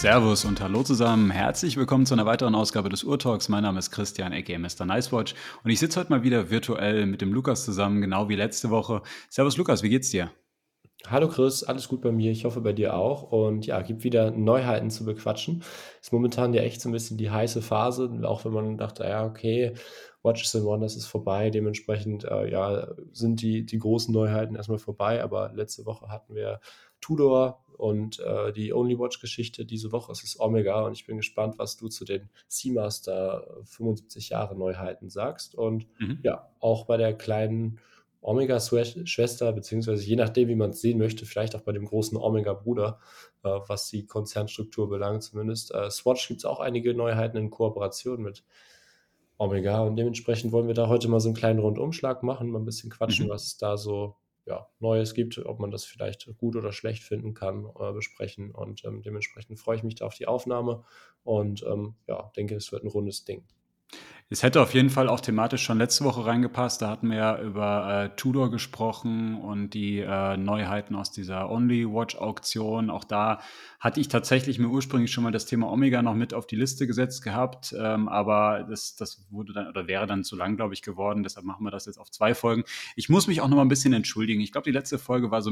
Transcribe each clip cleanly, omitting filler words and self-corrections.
Servus und hallo zusammen. Herzlich willkommen zu einer weiteren Ausgabe des Urtalks. Mein Name ist Christian, aka Mr. Nicewatch. Und ich sitze heute mal wieder virtuell mit dem Lukas zusammen, genau wie letzte Woche. Servus Lukas, wie geht's dir? Hallo Chris, alles gut bei mir? Ich hoffe bei dir auch. Und ja, gibt wieder Neuheiten zu bequatschen. Ist momentan ja echt so ein bisschen die heiße Phase, auch wenn man dachte, ja, okay, Watches and Wonders ist vorbei. Dementsprechend, ja, sind die großen Neuheiten erstmal vorbei. Aber letzte Woche hatten wir Tudor und die Only Watch-Geschichte. Diese Woche ist es Omega und ich bin gespannt, was du zu den Seamaster 75 Jahre Neuheiten sagst. Und Mhm. ja, auch bei der kleinen Omega-Schwester, beziehungsweise je nachdem, wie man es sehen möchte, vielleicht auch bei dem großen Omega-Bruder, was die Konzernstruktur belangt zumindest. Swatch gibt es auch einige Neuheiten in Kooperation mit Omega und dementsprechend wollen wir da heute mal so einen kleinen Rundumschlag machen, mal ein bisschen quatschen, Mhm. was es da so ja, Neues gibt, ob man das vielleicht gut oder schlecht finden kann, besprechen und dementsprechend freue ich mich da auf die Aufnahme und ja, denke, es wird ein rundes Ding. Es hätte auf jeden Fall auch thematisch schon letzte Woche reingepasst. Da hatten wir ja über Tudor gesprochen und die Neuheiten aus dieser Only Watch Auktion. Auch da hatte ich tatsächlich mir ursprünglich schon mal das Thema Omega noch mit auf die Liste gesetzt gehabt, aber das wurde dann oder wäre dann zu lang, glaube ich, geworden. Deshalb machen wir das jetzt auf 2 Folgen. Ich muss mich auch noch mal ein bisschen entschuldigen. Ich glaube, die letzte Folge war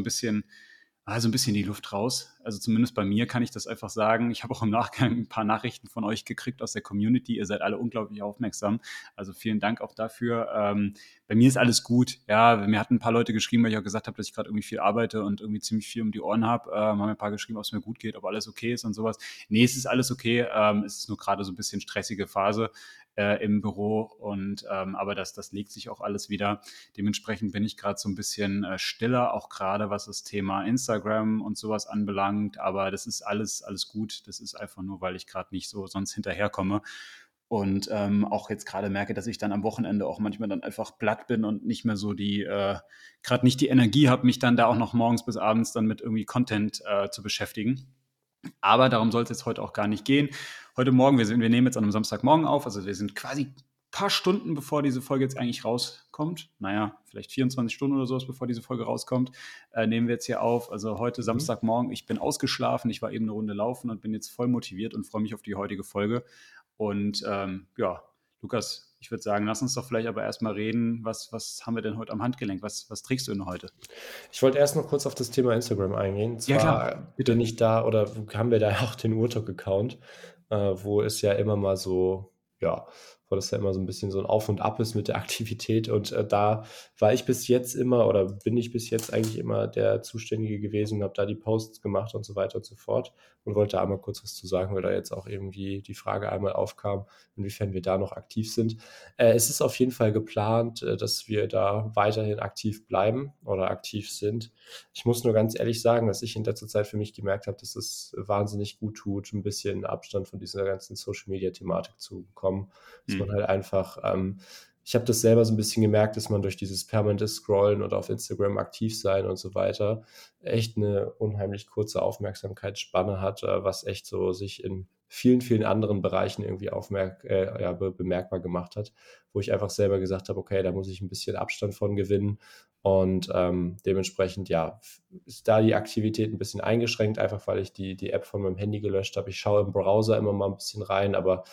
so ein bisschen die Luft raus. Also zumindest bei mir kann ich das einfach sagen. Ich habe auch im Nachgang ein paar Nachrichten von euch gekriegt aus der Community. Ihr seid alle unglaublich aufmerksam. Also vielen Dank auch dafür. Bei mir ist alles gut. Ja, mir hatten ein paar Leute geschrieben, weil ich auch gesagt habe, dass ich gerade irgendwie viel arbeite und irgendwie ziemlich viel um die Ohren habe. Haben mir ein paar geschrieben, ob es mir gut geht, ob alles okay ist und sowas. Nee, es ist alles okay. Es ist nur gerade so ein bisschen stressige Phase im Büro und aber das legt sich auch alles wieder. Dementsprechend bin ich gerade so ein bisschen stiller, auch gerade was das Thema Instagram und sowas anbelangt. Aber das ist alles gut. Das ist einfach nur, weil ich gerade nicht so sonst hinterherkomme. Und auch jetzt gerade merke, dass ich dann am Wochenende auch manchmal dann einfach platt bin und nicht mehr so gerade nicht die Energie habe, mich dann da auch noch morgens bis abends dann mit irgendwie Content zu beschäftigen. Aber darum soll es jetzt heute auch gar nicht gehen. Heute Morgen, wir nehmen jetzt an einem Samstagmorgen auf, also wir sind quasi ein paar Stunden, bevor diese Folge jetzt eigentlich rauskommt. Naja, vielleicht 24 Stunden oder sowas, bevor diese Folge rauskommt, nehmen wir jetzt hier auf. Also heute Mhm. Samstagmorgen, ich bin ausgeschlafen, ich war eben eine Runde laufen und bin jetzt voll motiviert und freue mich auf die heutige Folge. Und ja, Lukas, ich würde sagen, lass uns doch vielleicht aber erstmal reden, was haben wir denn heute am Handgelenk? Was trägst du denn heute? Ich wollte erst noch kurz auf das Thema Instagram eingehen. Ja, klar, Zwar bin bitte. ich da oder haben wir da auch den Urtalk-Account, wo es ja immer mal so, ja, wo das ja immer so ein bisschen so ein Auf und Ab ist mit der Aktivität. Und da war ich bis jetzt immer oder bin ich bis jetzt eigentlich immer der Zuständige gewesen und habe da die Posts gemacht und so weiter und so fort. Und wollte da einmal kurz was zu sagen, weil da jetzt auch irgendwie die Frage einmal aufkam, inwiefern wir da noch aktiv sind. Es ist auf jeden Fall geplant, dass wir da weiterhin aktiv bleiben oder aktiv sind. Ich muss nur ganz ehrlich sagen, dass ich in letzter Zeit für mich gemerkt habe, dass es wahnsinnig gut tut, ein bisschen Abstand von dieser ganzen Social-Media-Thematik zu bekommen. Dass man Hm. halt einfach, ich habe das selber so ein bisschen gemerkt, dass man durch dieses permanente Scrollen und auf Instagram aktiv sein und so weiter echt eine unheimlich kurze Aufmerksamkeitsspanne hat, was echt so sich in vielen anderen Bereichen irgendwie ja, bemerkbar gemacht hat, wo ich einfach selber gesagt habe, okay, da muss ich ein bisschen Abstand von gewinnen und dementsprechend, ja, ist da die Aktivität ein bisschen eingeschränkt, einfach weil ich die App von meinem Handy gelöscht habe. Ich schaue im Browser immer mal ein bisschen rein, aber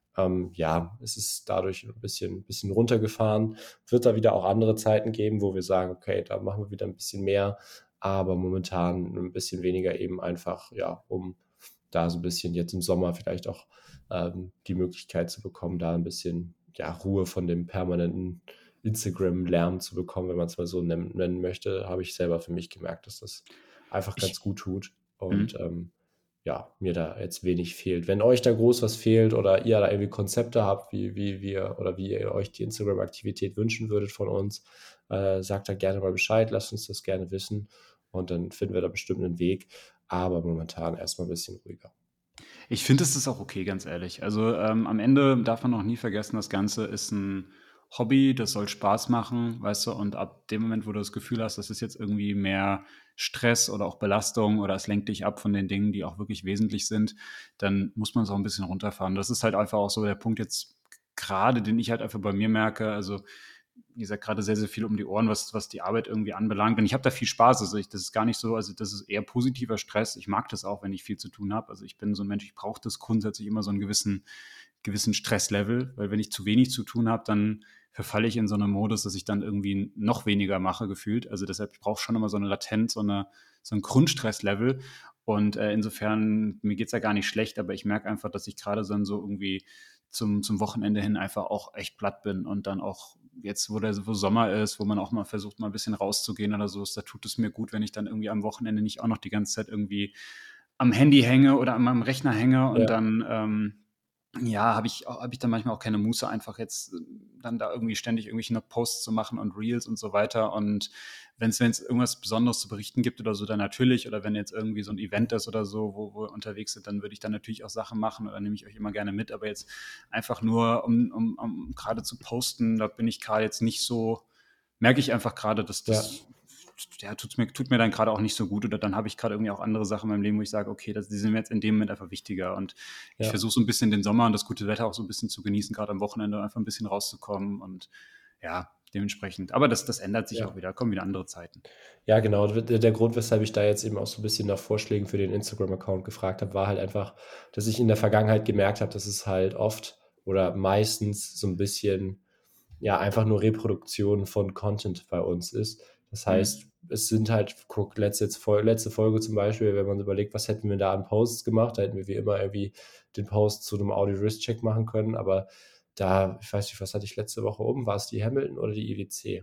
ja, es ist dadurch ein bisschen runtergefahren. Wird da wieder auch andere Zeiten geben, wo wir sagen, okay, da machen wir wieder ein bisschen mehr, aber momentan ein bisschen weniger eben einfach, ja, um da so ein bisschen jetzt im Sommer vielleicht auch die Möglichkeit zu bekommen, da ein bisschen ja, Ruhe von dem permanenten Instagram-Lärm zu bekommen, wenn man es mal so nennen möchte, habe ich selber für mich gemerkt, dass das einfach ganz Ich, gut tut. Und hm. ja, mir da jetzt wenig fehlt. Wenn euch da groß was fehlt oder ihr da irgendwie Konzepte habt, wie wir oder wie ihr euch die Instagram-Aktivität wünschen würdet von uns, sagt da gerne mal Bescheid, lasst uns das gerne wissen und dann finden wir da bestimmt einen Weg. Aber momentan erstmal ein bisschen ruhiger. Ich finde, es ist auch okay, ganz ehrlich. Also am Ende darf man auch nie vergessen, das Ganze ist ein Hobby, das soll Spaß machen, weißt du, und ab dem Moment, wo du das Gefühl hast, das ist jetzt irgendwie mehr Stress oder auch Belastung oder es lenkt dich ab von den Dingen, die auch wirklich wesentlich sind, dann muss man es auch ein bisschen runterfahren. Das ist halt einfach auch so der Punkt jetzt gerade, den ich halt einfach bei mir merke. Also wie gesagt, gerade sehr, sehr viel um die Ohren, was die Arbeit irgendwie anbelangt. Und ich habe da viel Spaß. Also das ist gar nicht so, also das ist eher positiver Stress. Ich mag das auch, wenn ich viel zu tun habe. Also ich bin so ein Mensch, ich brauche das grundsätzlich immer so einen gewissen Stresslevel, weil wenn ich zu wenig zu tun habe, dann verfalle ich in so einen Modus, dass ich dann irgendwie noch weniger mache gefühlt. Also deshalb, ich brauche schon immer so eine Latenz, so ein Grundstresslevel. Und insofern, mir geht's ja gar nicht schlecht, aber ich merke einfach, dass ich gerade dann so irgendwie zum Wochenende hin einfach auch echt platt bin und dann auch jetzt, wo Sommer ist, wo man auch mal versucht, mal ein bisschen rauszugehen oder so, da tut es mir gut, wenn ich dann irgendwie am Wochenende nicht auch noch die ganze Zeit irgendwie am Handy hänge oder an meinem Rechner hänge und Ja, dann ja, habe ich dann manchmal auch keine Muße, einfach jetzt dann da irgendwie ständig irgendwelche noch Posts zu machen und Reels und so weiter. Und wenn es irgendwas Besonderes zu berichten gibt oder so, dann natürlich. Oder wenn jetzt irgendwie so ein Event ist oder so, wo wir unterwegs sind, dann würde ich dann natürlich auch Sachen machen oder nehme ich euch immer gerne mit. Aber jetzt einfach nur, um gerade zu posten, da bin ich gerade jetzt nicht so, merke ich einfach gerade, dass ja, das ja, tut mir dann gerade auch nicht so gut oder dann habe ich gerade irgendwie auch andere Sachen in meinem Leben, wo ich sage, okay, die sind mir jetzt in dem Moment einfach wichtiger und ich ja. versuche so ein bisschen den Sommer und das gute Wetter auch so ein bisschen zu genießen, gerade am Wochenende einfach ein bisschen rauszukommen und ja, dementsprechend. Aber das ändert sich Ja. auch wieder, kommen wieder andere Zeiten. Ja, genau. Der Grund, weshalb ich da jetzt eben auch so ein bisschen nach Vorschlägen für den Instagram-Account gefragt habe, war halt einfach, dass ich in der Vergangenheit gemerkt habe, dass es halt oft oder meistens so ein bisschen, ja, einfach nur Reproduktion von Content bei uns ist. Das heißt, Mhm. es sind halt, guck, letzte Folge zum Beispiel, wenn man überlegt, was hätten wir da an Posts gemacht, da hätten wir wie immer irgendwie den Post zu einem Audio-Risk-Check machen können, aber da, ich weiß nicht, was hatte ich letzte Woche oben? War es die Hamilton oder die IWC?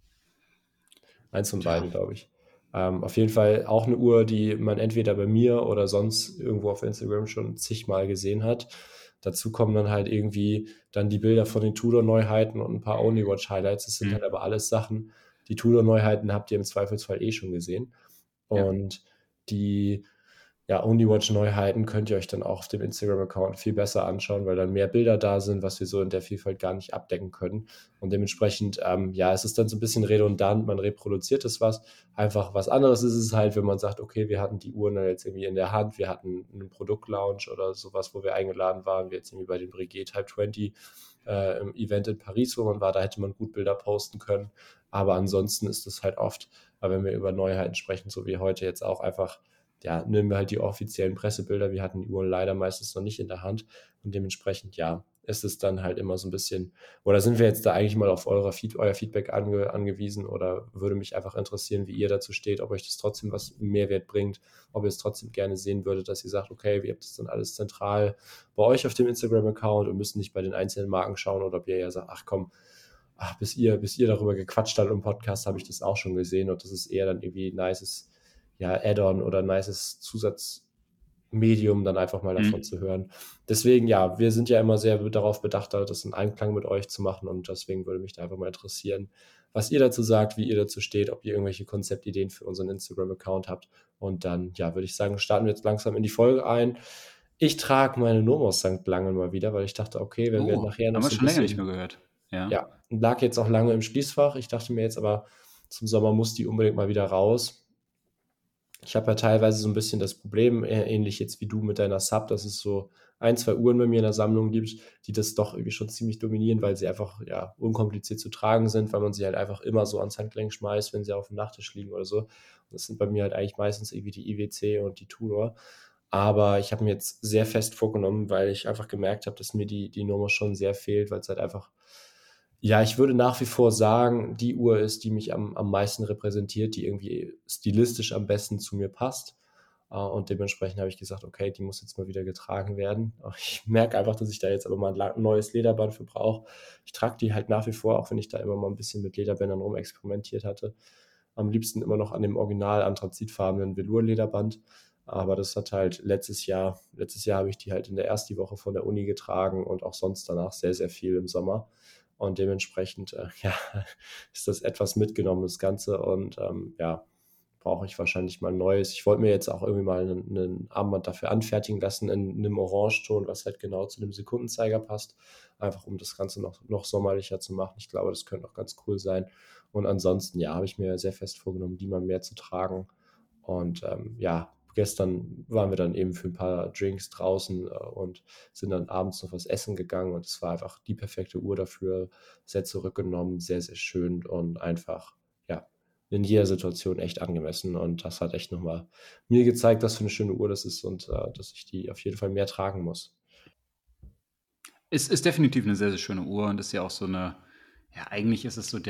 Eins von Ja. beiden, glaube ich. Auf jeden Fall auch eine Uhr, die man entweder bei mir oder sonst irgendwo auf Instagram schon zigmal gesehen hat. Dazu kommen dann halt irgendwie dann die Bilder von den Tudor-Neuheiten und ein paar Only-Watch-Highlights. Das sind halt Mhm. aber alles Sachen, die Tudor-Neuheiten habt ihr im Zweifelsfall eh schon gesehen. Ja. Und die ja, OnlyWatch-Neuheiten könnt ihr euch dann auch auf dem Instagram-Account viel besser anschauen, weil dann mehr Bilder da sind, was wir so in der Vielfalt gar nicht abdecken können. Und dementsprechend, ja, es ist dann so ein bisschen redundant, man reproduziert es was. Einfach was anderes ist es halt, wenn man sagt, okay, wir hatten die Uhren dann jetzt irgendwie in der Hand, wir hatten einen Produktlaunch oder sowas, wo wir eingeladen waren, wie jetzt irgendwie bei dem Breguet Type 20 im Event in Paris, wo man war, da hätte man gut Bilder posten können. Aber ansonsten ist es halt oft, wenn wir über Neuheiten sprechen, so wie heute jetzt auch einfach, ja, nehmen wir halt die offiziellen Pressebilder. Wir hatten die Uhren leider meistens noch nicht in der Hand und dementsprechend, ja, ist es dann halt immer so ein bisschen, oder sind wir jetzt da eigentlich mal auf euer Feedback angewiesen oder würde mich einfach interessieren, wie ihr dazu steht, ob euch das trotzdem was Mehrwert bringt, ob ihr es trotzdem gerne sehen würdet, dass ihr sagt, okay, ihr habt das dann alles zentral bei euch auf dem Instagram-Account und müsst nicht bei den einzelnen Marken schauen oder ob ihr ja sagt, ach komm, bis ihr darüber gequatscht habt im Podcast, habe ich das auch schon gesehen und das ist eher dann irgendwie ein nices, ja, Add-on oder nices Zusatzmedium, dann einfach mal davon Mhm. zu hören. Deswegen, ja, wir sind ja immer sehr darauf bedacht, das in Einklang mit euch zu machen und deswegen würde mich da einfach mal interessieren, was ihr dazu sagt, wie ihr dazu steht, ob ihr irgendwelche Konzeptideen für unseren Instagram-Account habt und dann, ja, würde ich sagen, starten wir jetzt langsam in die Folge ein. Ich trage meine Nomos St. Lange mal wieder, weil ich dachte, okay, wenn wir Oh, nachher noch haben wir so ein schon länger nicht mehr bisschen, gehört. Ja. ja, lag jetzt auch lange im Schließfach. Ich dachte mir jetzt aber, zum Sommer muss die unbedingt mal wieder raus. Ich habe ja teilweise so ein bisschen das Problem, ähnlich jetzt wie du mit deiner Sub, dass es so ein, 2 Uhren bei mir in der Sammlung gibt, die das doch irgendwie schon ziemlich dominieren, weil sie einfach, ja, unkompliziert zu tragen sind, weil man sie halt einfach immer so ans Handgelenk schmeißt, wenn sie auf dem Nachttisch liegen oder so. Und das sind bei mir halt eigentlich meistens irgendwie die IWC und die Tudor. Aber ich habe mir jetzt sehr fest vorgenommen, weil ich einfach gemerkt habe, dass mir die Nummer schon sehr fehlt, weil es halt einfach, ja, ich würde nach wie vor sagen, die Uhr ist, die mich am meisten repräsentiert, die irgendwie stilistisch am besten zu mir passt. Und dementsprechend habe ich gesagt, okay, die muss jetzt mal wieder getragen werden. Ich merke einfach, dass ich da jetzt aber mal ein neues Lederband für brauche. Ich trage die halt nach wie vor, auch wenn ich da immer mal ein bisschen mit Lederbändern rumexperimentiert hatte. Am liebsten immer noch an dem original anthrazitfarbenen Velour-Lederband. Aber das hat halt letztes Jahr habe ich die halt in der ersten Woche von der Uni getragen und auch sonst danach sehr, sehr viel im Sommer. Und dementsprechend, ja, ist das etwas mitgenommen, das Ganze. Und ja, brauche ich wahrscheinlich mal ein neues. Ich wollte mir jetzt auch irgendwie mal einen Armband dafür anfertigen lassen in einem Orangeton, was halt genau zu dem Sekundenzeiger passt. Einfach um das Ganze noch sommerlicher zu machen. Ich glaube, das könnte auch ganz cool sein. Und ansonsten, ja, habe ich mir sehr fest vorgenommen, die mal mehr zu tragen. Und ja, gestern waren wir dann eben für ein paar Drinks draußen und sind dann abends noch was essen gegangen und es war einfach die perfekte Uhr dafür, sehr zurückgenommen, sehr, sehr schön und einfach, ja, in jeder Situation echt angemessen und das hat echt nochmal mir gezeigt, was für eine schöne Uhr das ist und dass ich die auf jeden Fall mehr tragen muss. Ist definitiv eine sehr, sehr schöne Uhr und ist ja auch so eine, ja, eigentlich ist es so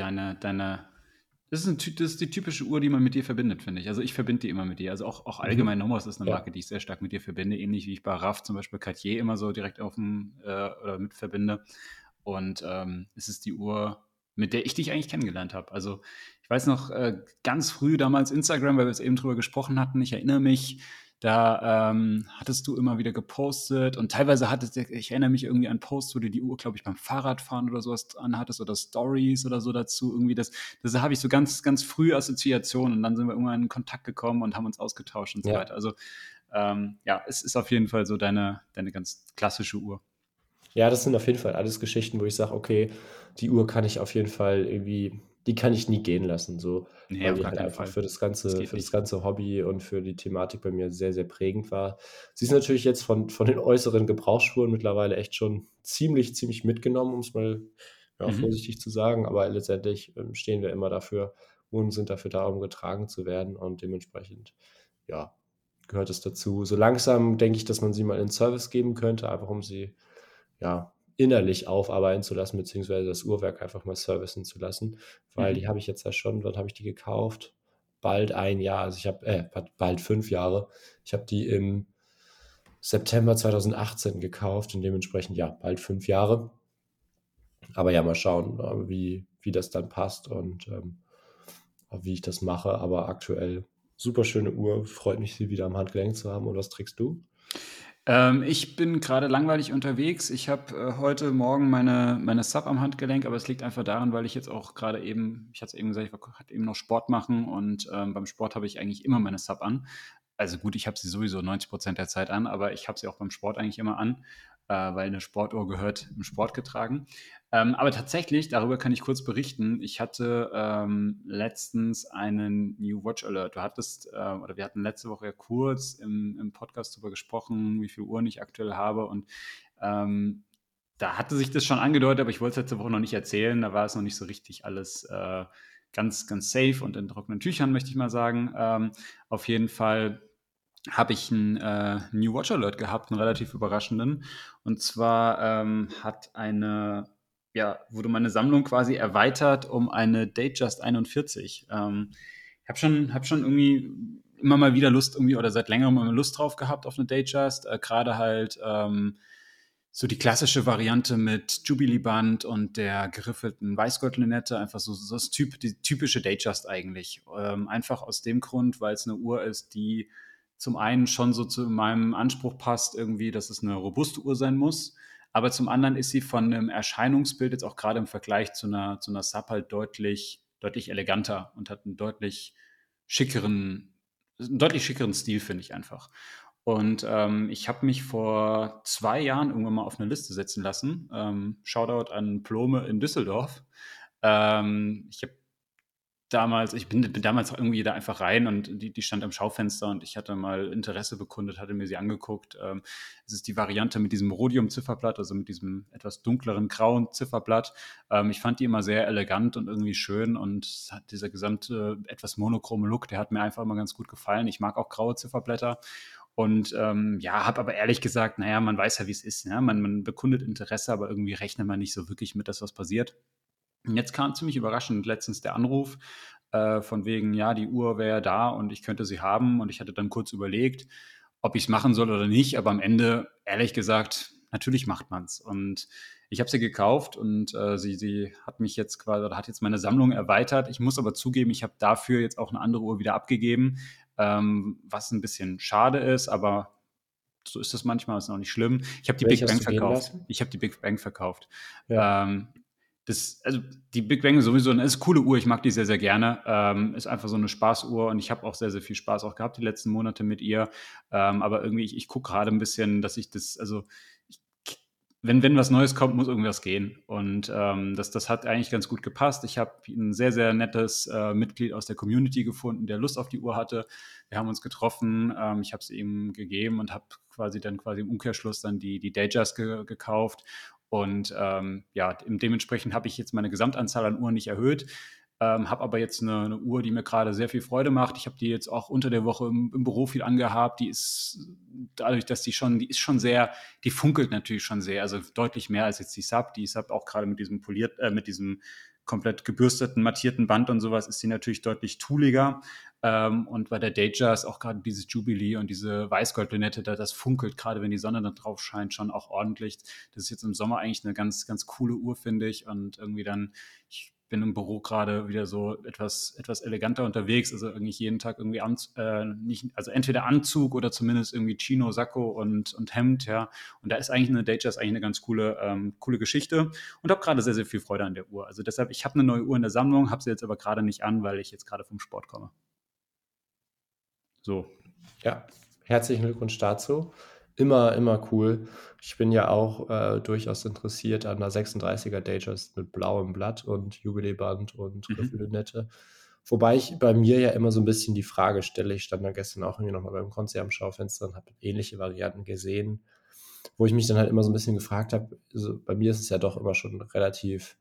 das ist die typische Uhr, die man mit dir verbindet, finde ich. Also, ich verbinde die immer mit dir. Also, auch Mhm. allgemein Nomos ist eine Ja. Marke, die ich sehr stark mit dir verbinde, ähnlich wie ich bei RAF zum Beispiel Cartier immer so direkt aufm oder mit verbinde. Und, es ist die Uhr, mit der ich dich eigentlich kennengelernt habe. Also, ich weiß noch, ganz früh damals Instagram, weil wir jetzt eben drüber gesprochen hatten. Ich erinnere mich, da, hattest du immer wieder gepostet und teilweise hattest du, ich erinnere mich irgendwie an Posts, wo du die Uhr, glaube ich, beim Fahrradfahren oder so was anhattest oder Stories oder so dazu. Irgendwie das habe ich so ganz, ganz früh Assoziationen und dann sind wir irgendwann in Kontakt gekommen und haben uns ausgetauscht und so Ja. weiter. Also, ja, es ist auf jeden Fall so deine ganz klassische Uhr. Ja, das sind auf jeden Fall alles Geschichten, wo ich sage: „Okay, die Uhr kann ich auf jeden Fall irgendwie die kann ich nie gehen lassen“, so, Ne, weil auf die gar halt keinen einfach Fall. für das Das ganze geht für das nicht. ganze Hobby und für die Thematik bei mir sehr, sehr prägend war. Sie ist natürlich jetzt von den äußeren Gebrauchsspuren mittlerweile echt schon ziemlich mitgenommen, um's mal, ja, Mhm. vorsichtig zu sagen, aber letztendlich, stehen wir immer dafür Uhren sind dafür da, um getragen zu werden und dementsprechend, ja, gehört es dazu. So langsam denke ich, dass man sie mal in Service geben könnte, einfach um sie, ja, innerlich aufarbeiten zu lassen, beziehungsweise das Uhrwerk einfach mal servicen zu lassen, weil die Mhm. habe ich jetzt ja schon wann habe ich die gekauft? Bald ein Jahr. Also, ich habe bald 5 Jahre. Ich habe die im September 2018 gekauft und dementsprechend, ja, bald 5 Jahre. Aber ja, mal schauen, wie das dann passt und, wie ich das mache. Aber aktuell super schöne Uhr. Freut mich, sie wieder am Handgelenk zu haben. Und was trägst du? Ich bin gerade langweilig unterwegs. Ich habe, heute Morgen meine Sub am Handgelenk, aber es liegt einfach daran, weil ich jetzt auch gerade eben, ich hatte es eben gesagt, ich war grad eben noch Sport machen und, beim Sport habe ich eigentlich immer meine Sub an. Also gut, ich habe sie sowieso 90 der Zeit an, aber ich habe sie auch beim Sport eigentlich immer an, weil eine Sportuhr gehört im Sport getragen. Aber tatsächlich, darüber kann ich kurz berichten. Ich hatte, letztens einen New Watch Alert. Du hattest, oder wir hatten letzte Woche ja kurz im Podcast darüber gesprochen, wie viel Uhren ich aktuell habe. Und ähm, da hatte sich das schon angedeutet, aber ich wollte es letzte Woche noch nicht erzählen. Da war es noch nicht so richtig alles ganz, ganz safe und in trockenen Tüchern, möchte ich mal sagen. Auf jeden Fall habe ich einen New Watch Alert gehabt, einen relativ überraschenden. Und zwar wurde meine Sammlung quasi erweitert um eine Datejust 41. Ich hab schon irgendwie immer mal wieder Lust irgendwie oder seit längerem immer Lust drauf gehabt auf eine Datejust. Gerade halt so die klassische Variante mit Jubilee-Band und der geriffelten Weißgold-Lünette, einfach so die typische Datejust eigentlich. Einfach aus dem Grund, weil es eine Uhr ist, die zum einen schon so zu meinem Anspruch passt, irgendwie, dass es eine robuste Uhr sein muss. Aber zum anderen ist sie von einem Erscheinungsbild jetzt auch gerade im Vergleich zu einer Sub halt deutlich, deutlich eleganter und hat einen deutlich schickeren Stil, finde ich einfach. Und ich habe mich vor 2 Jahren irgendwann mal auf eine Liste setzen lassen. Shoutout an Plome in Düsseldorf. Ich bin damals irgendwie da einfach rein und die stand am Schaufenster und ich hatte mal Interesse bekundet, hatte mir sie angeguckt. Es ist die Variante mit diesem Rhodium-Zifferblatt, also mit diesem etwas dunkleren grauen Zifferblatt. Ich fand die immer sehr elegant und irgendwie schön und dieser gesamte etwas monochrome Look, der hat mir einfach immer ganz gut gefallen. Ich mag auch graue Zifferblätter. Und ja, habe aber ehrlich gesagt, naja, man weiß ja, wie es ist. Ja? Man bekundet Interesse, aber irgendwie rechnet man nicht so wirklich mit, dass was passiert. Und jetzt kam ziemlich überraschend letztens der Anruf von wegen, ja, die Uhr wäre da und ich könnte sie haben. Und ich hatte dann kurz überlegt, ob ich es machen soll oder nicht. Aber am Ende, ehrlich gesagt, natürlich macht man es. Und ich habe sie gekauft und sie hat mich jetzt quasi, oder hat jetzt meine Sammlung erweitert. Ich muss aber zugeben, ich habe dafür jetzt auch eine andere Uhr wieder abgegeben, was ein bisschen schade ist, aber so ist das manchmal, ist auch nicht schlimm. Ich habe die Welche Big hast Bang du gehen verkauft. lassen? Ich habe die Big Bang verkauft. Ja. Ähm, also die Big Bang ist sowieso ist eine coole Uhr, ich mag die sehr, sehr gerne. Ist einfach so eine Spaßuhr und ich habe auch sehr, sehr viel Spaß auch gehabt die letzten Monate mit ihr. Aber irgendwie, ich gucke gerade ein bisschen, dass ich das, also wenn was Neues kommt, muss irgendwas gehen. Und das hat eigentlich ganz gut gepasst. Ich habe ein sehr, sehr nettes Mitglied aus der Community gefunden, der Lust auf die Uhr hatte. Wir haben uns getroffen, ich habe sie ihm gegeben und habe quasi im Umkehrschluss dann die Datejust gekauft. Und ja, dementsprechend habe ich jetzt meine Gesamtanzahl an Uhren nicht erhöht. Habe aber jetzt eine Uhr, die mir gerade sehr viel Freude macht. Ich habe die jetzt auch unter der Woche im Büro viel angehabt. Die ist dadurch, dass die ist schon sehr, die funkelt natürlich schon sehr, also deutlich mehr als jetzt die Sub. Die Sub auch gerade mit diesem mit diesem komplett gebürsteten, mattierten Band und sowas ist die natürlich deutlich tooliger. Und bei der Datejust auch gerade dieses Jubilee und diese Weißgoldlünette, das funkelt gerade, wenn die Sonne da drauf scheint, schon auch ordentlich. Das ist jetzt im Sommer eigentlich eine ganz, ganz coole Uhr, finde ich. Und irgendwie dann, ich bin im Büro gerade wieder so etwas eleganter unterwegs, also eigentlich jeden Tag irgendwie nicht, also entweder Anzug oder zumindest irgendwie Chino, Sakko und Hemd, ja. Und da ist eigentlich eine Datejust eigentlich eine ganz coole Geschichte und habe gerade sehr, sehr viel Freude an der Uhr. Also deshalb, ich habe eine neue Uhr in der Sammlung, habe sie jetzt aber gerade nicht an, weil ich jetzt gerade vom Sport komme. So. Ja, herzlichen Glückwunsch dazu. Immer cool. Ich bin ja auch durchaus interessiert an der 36er Datejust mit blauem Blatt und Jubiläeband und Mhm. Griffellünette. Wobei ich bei mir ja immer so ein bisschen die Frage stelle, ich stand da gestern auch irgendwie nochmal beim Konzert am Schaufenster und habe ähnliche Varianten gesehen, wo ich mich dann halt immer so ein bisschen gefragt habe, also bei mir ist es ja doch immer schon relativ,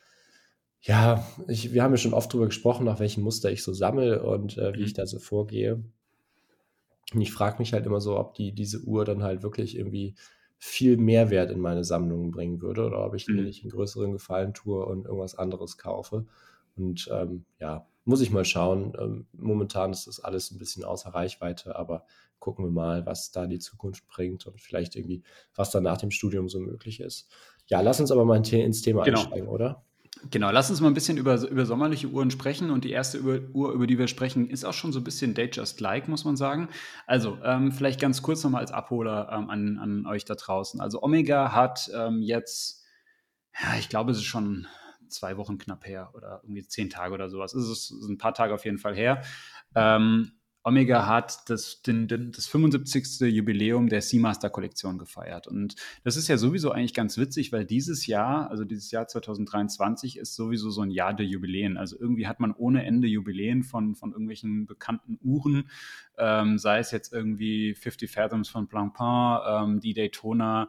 ja, wir haben ja schon oft drüber gesprochen, nach welchem Muster ich so sammle und wie ich Mhm. da so vorgehe. Und ich frage mich halt immer so, ob diese Uhr dann halt wirklich irgendwie viel Mehrwert in meine Sammlung bringen würde oder ob ich mir Mhm. nicht einen größeren Gefallen tue und irgendwas anderes kaufe. Und ja, muss ich mal schauen. Momentan ist das alles ein bisschen außer Reichweite, aber gucken wir mal, was da die Zukunft bringt und vielleicht irgendwie, was dann nach dem Studium so möglich ist. Ja, lass uns aber mal ins Thema Genau. einsteigen, oder? Genau, lass uns mal ein bisschen über sommerliche Uhren sprechen. Und die erste Uhr, über die wir sprechen, ist auch schon so ein bisschen Datejust-like, muss man sagen. Also, vielleicht ganz kurz nochmal als Abholer an euch da draußen. Also, Omega hat jetzt, ja, ich glaube, es ist schon 2 Wochen knapp her oder irgendwie 10 Tage oder sowas. Es ist ein paar Tage auf jeden Fall her. Ähm, Omega hat das 75. Jubiläum der Seamaster-Kollektion gefeiert. Und das ist ja sowieso eigentlich ganz witzig, weil dieses Jahr, also dieses Jahr 2023, ist sowieso so ein Jahr der Jubiläen. Also irgendwie hat man ohne Ende Jubiläen von irgendwelchen bekannten Uhren, sei es jetzt irgendwie 50 Fathoms von Blancpain, die Daytona,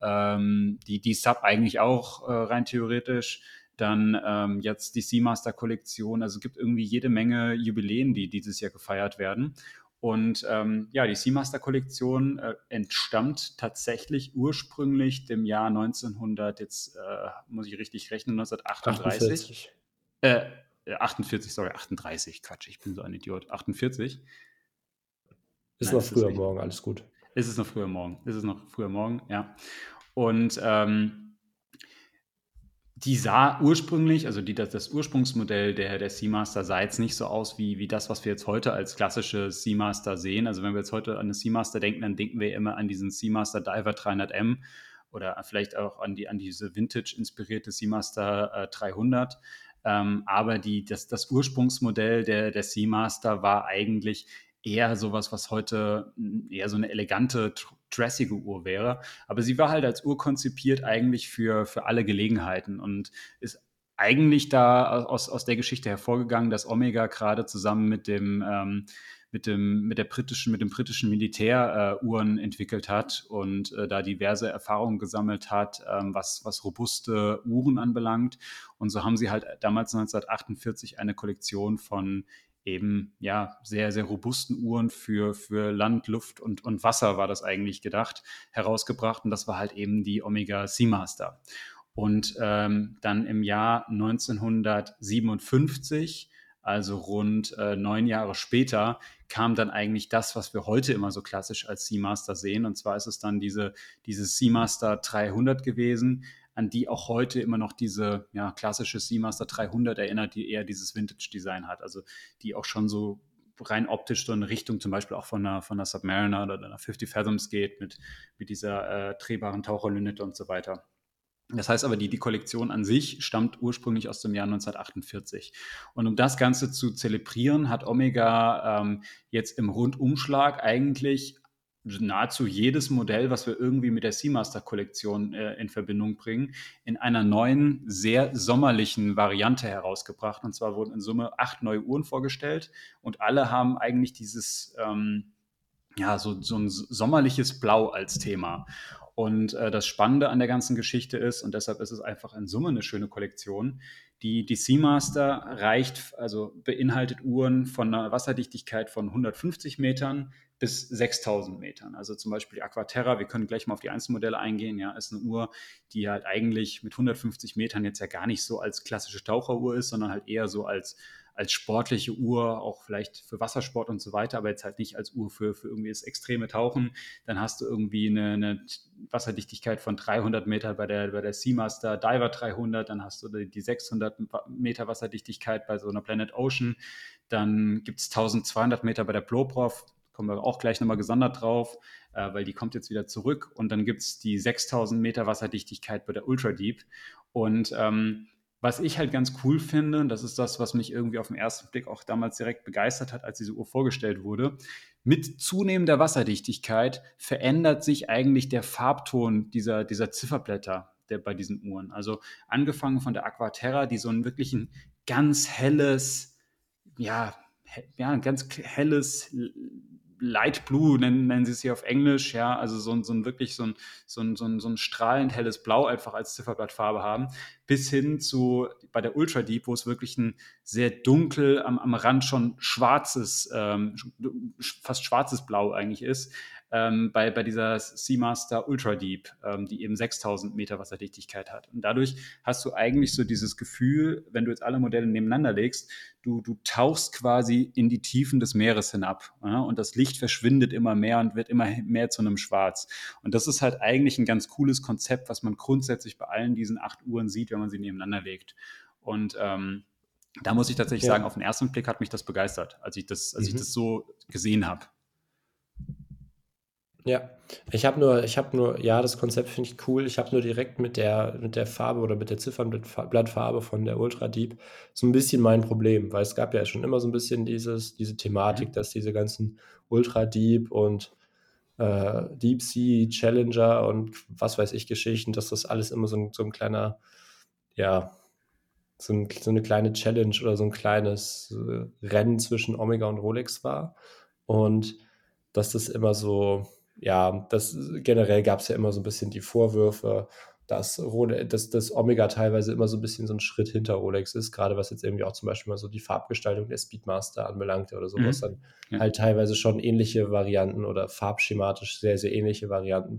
die Sub eigentlich auch rein theoretisch. Dann jetzt die Seamaster-Kollektion. Also es gibt irgendwie jede Menge Jubiläen, die dieses Jahr gefeiert werden. Und ja, die Seamaster-Kollektion entstammt tatsächlich ursprünglich dem Jahr 1900, jetzt muss ich richtig rechnen, 1938. 48. Äh, 48, sorry, 38, Quatsch, ich bin so ein Idiot. 48? Ist Nein, noch ist das früher richtig? morgen, alles gut. Ist es noch früher morgen? Ist es noch früher morgen? Ja. Und die sah ursprünglich, also das Ursprungsmodell der Seamaster sah jetzt nicht so aus wie das, was wir jetzt heute als klassische Seamaster sehen. Also wenn wir jetzt heute an eine Seamaster denken, dann denken wir immer an diesen Seamaster Diver 300M oder vielleicht auch an diese Vintage-inspirierte Seamaster 300. Aber das Ursprungsmodell der Seamaster war eigentlich eher sowas, was heute eher so eine elegante, dressige Uhr wäre. Aber sie war halt als Uhr konzipiert eigentlich für alle Gelegenheiten und ist eigentlich da aus der Geschichte hervorgegangen, dass Omega gerade zusammen mit dem britischen Militär Uhren entwickelt hat und da diverse Erfahrungen gesammelt hat, was robuste Uhren anbelangt. Und so haben sie halt damals 1948 eine Kollektion von eben ja sehr, sehr robusten Uhren für Land, Luft und Wasser war das eigentlich gedacht, herausgebracht. Und das war halt eben die Omega Seamaster. Und dann im Jahr 1957, also rund 9 Jahre später, kam dann eigentlich das, was wir heute immer so klassisch als Seamaster sehen. Und zwar ist es dann diese Seamaster 300 gewesen, an die auch heute immer noch diese ja, klassische Seamaster 300 erinnert, die eher dieses Vintage-Design hat. Also die auch schon so rein optisch so in Richtung zum Beispiel auch von einer Submariner oder einer 50 Fathoms geht mit dieser drehbaren Taucherlünette und so weiter. Das heißt aber, die Kollektion an sich stammt ursprünglich aus dem Jahr 1948. Und um das Ganze zu zelebrieren, hat Omega jetzt im Rundumschlag eigentlich nahezu jedes Modell, was wir irgendwie mit der Seamaster-Kollektion in Verbindung bringen, in einer neuen, sehr sommerlichen Variante herausgebracht. Und zwar wurden in Summe 8 neue Uhren vorgestellt und alle haben eigentlich dieses so ein sommerliches Blau als Thema. Und das Spannende an der ganzen Geschichte ist, und deshalb ist es einfach in Summe eine schöne Kollektion, die Seamaster beinhaltet Uhren von einer Wasserdichtigkeit von 150 Metern bis 6000 Metern. Also zum Beispiel die Aquaterra, wir können gleich mal auf die Einzelmodelle eingehen, ja, ist eine Uhr, die halt eigentlich mit 150 Metern jetzt ja gar nicht so als klassische Taucheruhr ist, sondern halt eher so als sportliche Uhr, auch vielleicht für Wassersport und so weiter, aber jetzt halt nicht als Uhr für irgendwie das extreme Tauchen. Dann hast du irgendwie eine Wasserdichtigkeit von 300 Meter bei der Seamaster Diver 300, dann hast du die 600 Meter Wasserdichtigkeit bei so einer Planet Ocean, dann gibt es 1200 Meter bei der Ploprof, kommen wir auch gleich nochmal gesondert drauf, weil die kommt jetzt wieder zurück, und dann gibt es die 6000 Meter Wasserdichtigkeit bei der Ultra Deep. Und was ich halt ganz cool finde, und das ist das, was mich irgendwie auf den ersten Blick auch damals direkt begeistert hat, als diese Uhr vorgestellt wurde, mit zunehmender Wasserdichtigkeit verändert sich eigentlich der Farbton dieser Zifferblätter bei diesen Uhren. Also angefangen von der Aquaterra, die so ein wirklich ein ganz helles, ein ganz helles Light Blue nennen sie es hier auf Englisch, ja, also so ein strahlend helles Blau einfach als Zifferblattfarbe haben, bis hin zu bei der Ultra Deep, wo es wirklich ein sehr dunkel am Rand schon fast schwarzes Blau eigentlich ist, bei dieser Seamaster Ultra Deep, die eben 6000 Meter Wasserdichtigkeit hat. Und dadurch hast du eigentlich so dieses Gefühl, wenn du jetzt alle Modelle nebeneinander legst, du tauchst quasi in die Tiefen des Meeres hinab, ja, und das Licht verschwindet immer mehr und wird immer mehr zu einem Schwarz. Und das ist halt eigentlich ein ganz cooles Konzept, was man grundsätzlich bei allen diesen 8 Uhren sieht, wenn man sie nebeneinander legt. Und da muss ich tatsächlich sagen, Ja. auf den ersten Blick hat mich das begeistert, als ich das Mhm. so gesehen habe. Ja, ich habe nur, ja, das Konzept finde ich cool. Ich habe nur direkt mit der Farbe oder mit der Ziffernblattfarbe von der Ultra Deep so ein bisschen mein Problem, weil es gab ja schon immer so ein bisschen diese Thematik, Mhm. dass diese ganzen Ultra Deep und Deep Sea Challenger und was weiß ich Geschichten, dass das alles immer so ein kleiner, ja, so eine kleine Challenge oder so ein kleines Rennen zwischen Omega und Rolex war. Und dass das immer so, ja, das generell gab es ja immer so ein bisschen die Vorwürfe, dass Omega teilweise immer so ein bisschen so ein Schritt hinter Rolex ist, gerade was jetzt irgendwie auch zum Beispiel mal so die Farbgestaltung der Speedmaster anbelangt oder so, was Mhm. dann Ja. halt teilweise schon ähnliche Varianten oder farbschematisch sehr, sehr ähnliche Varianten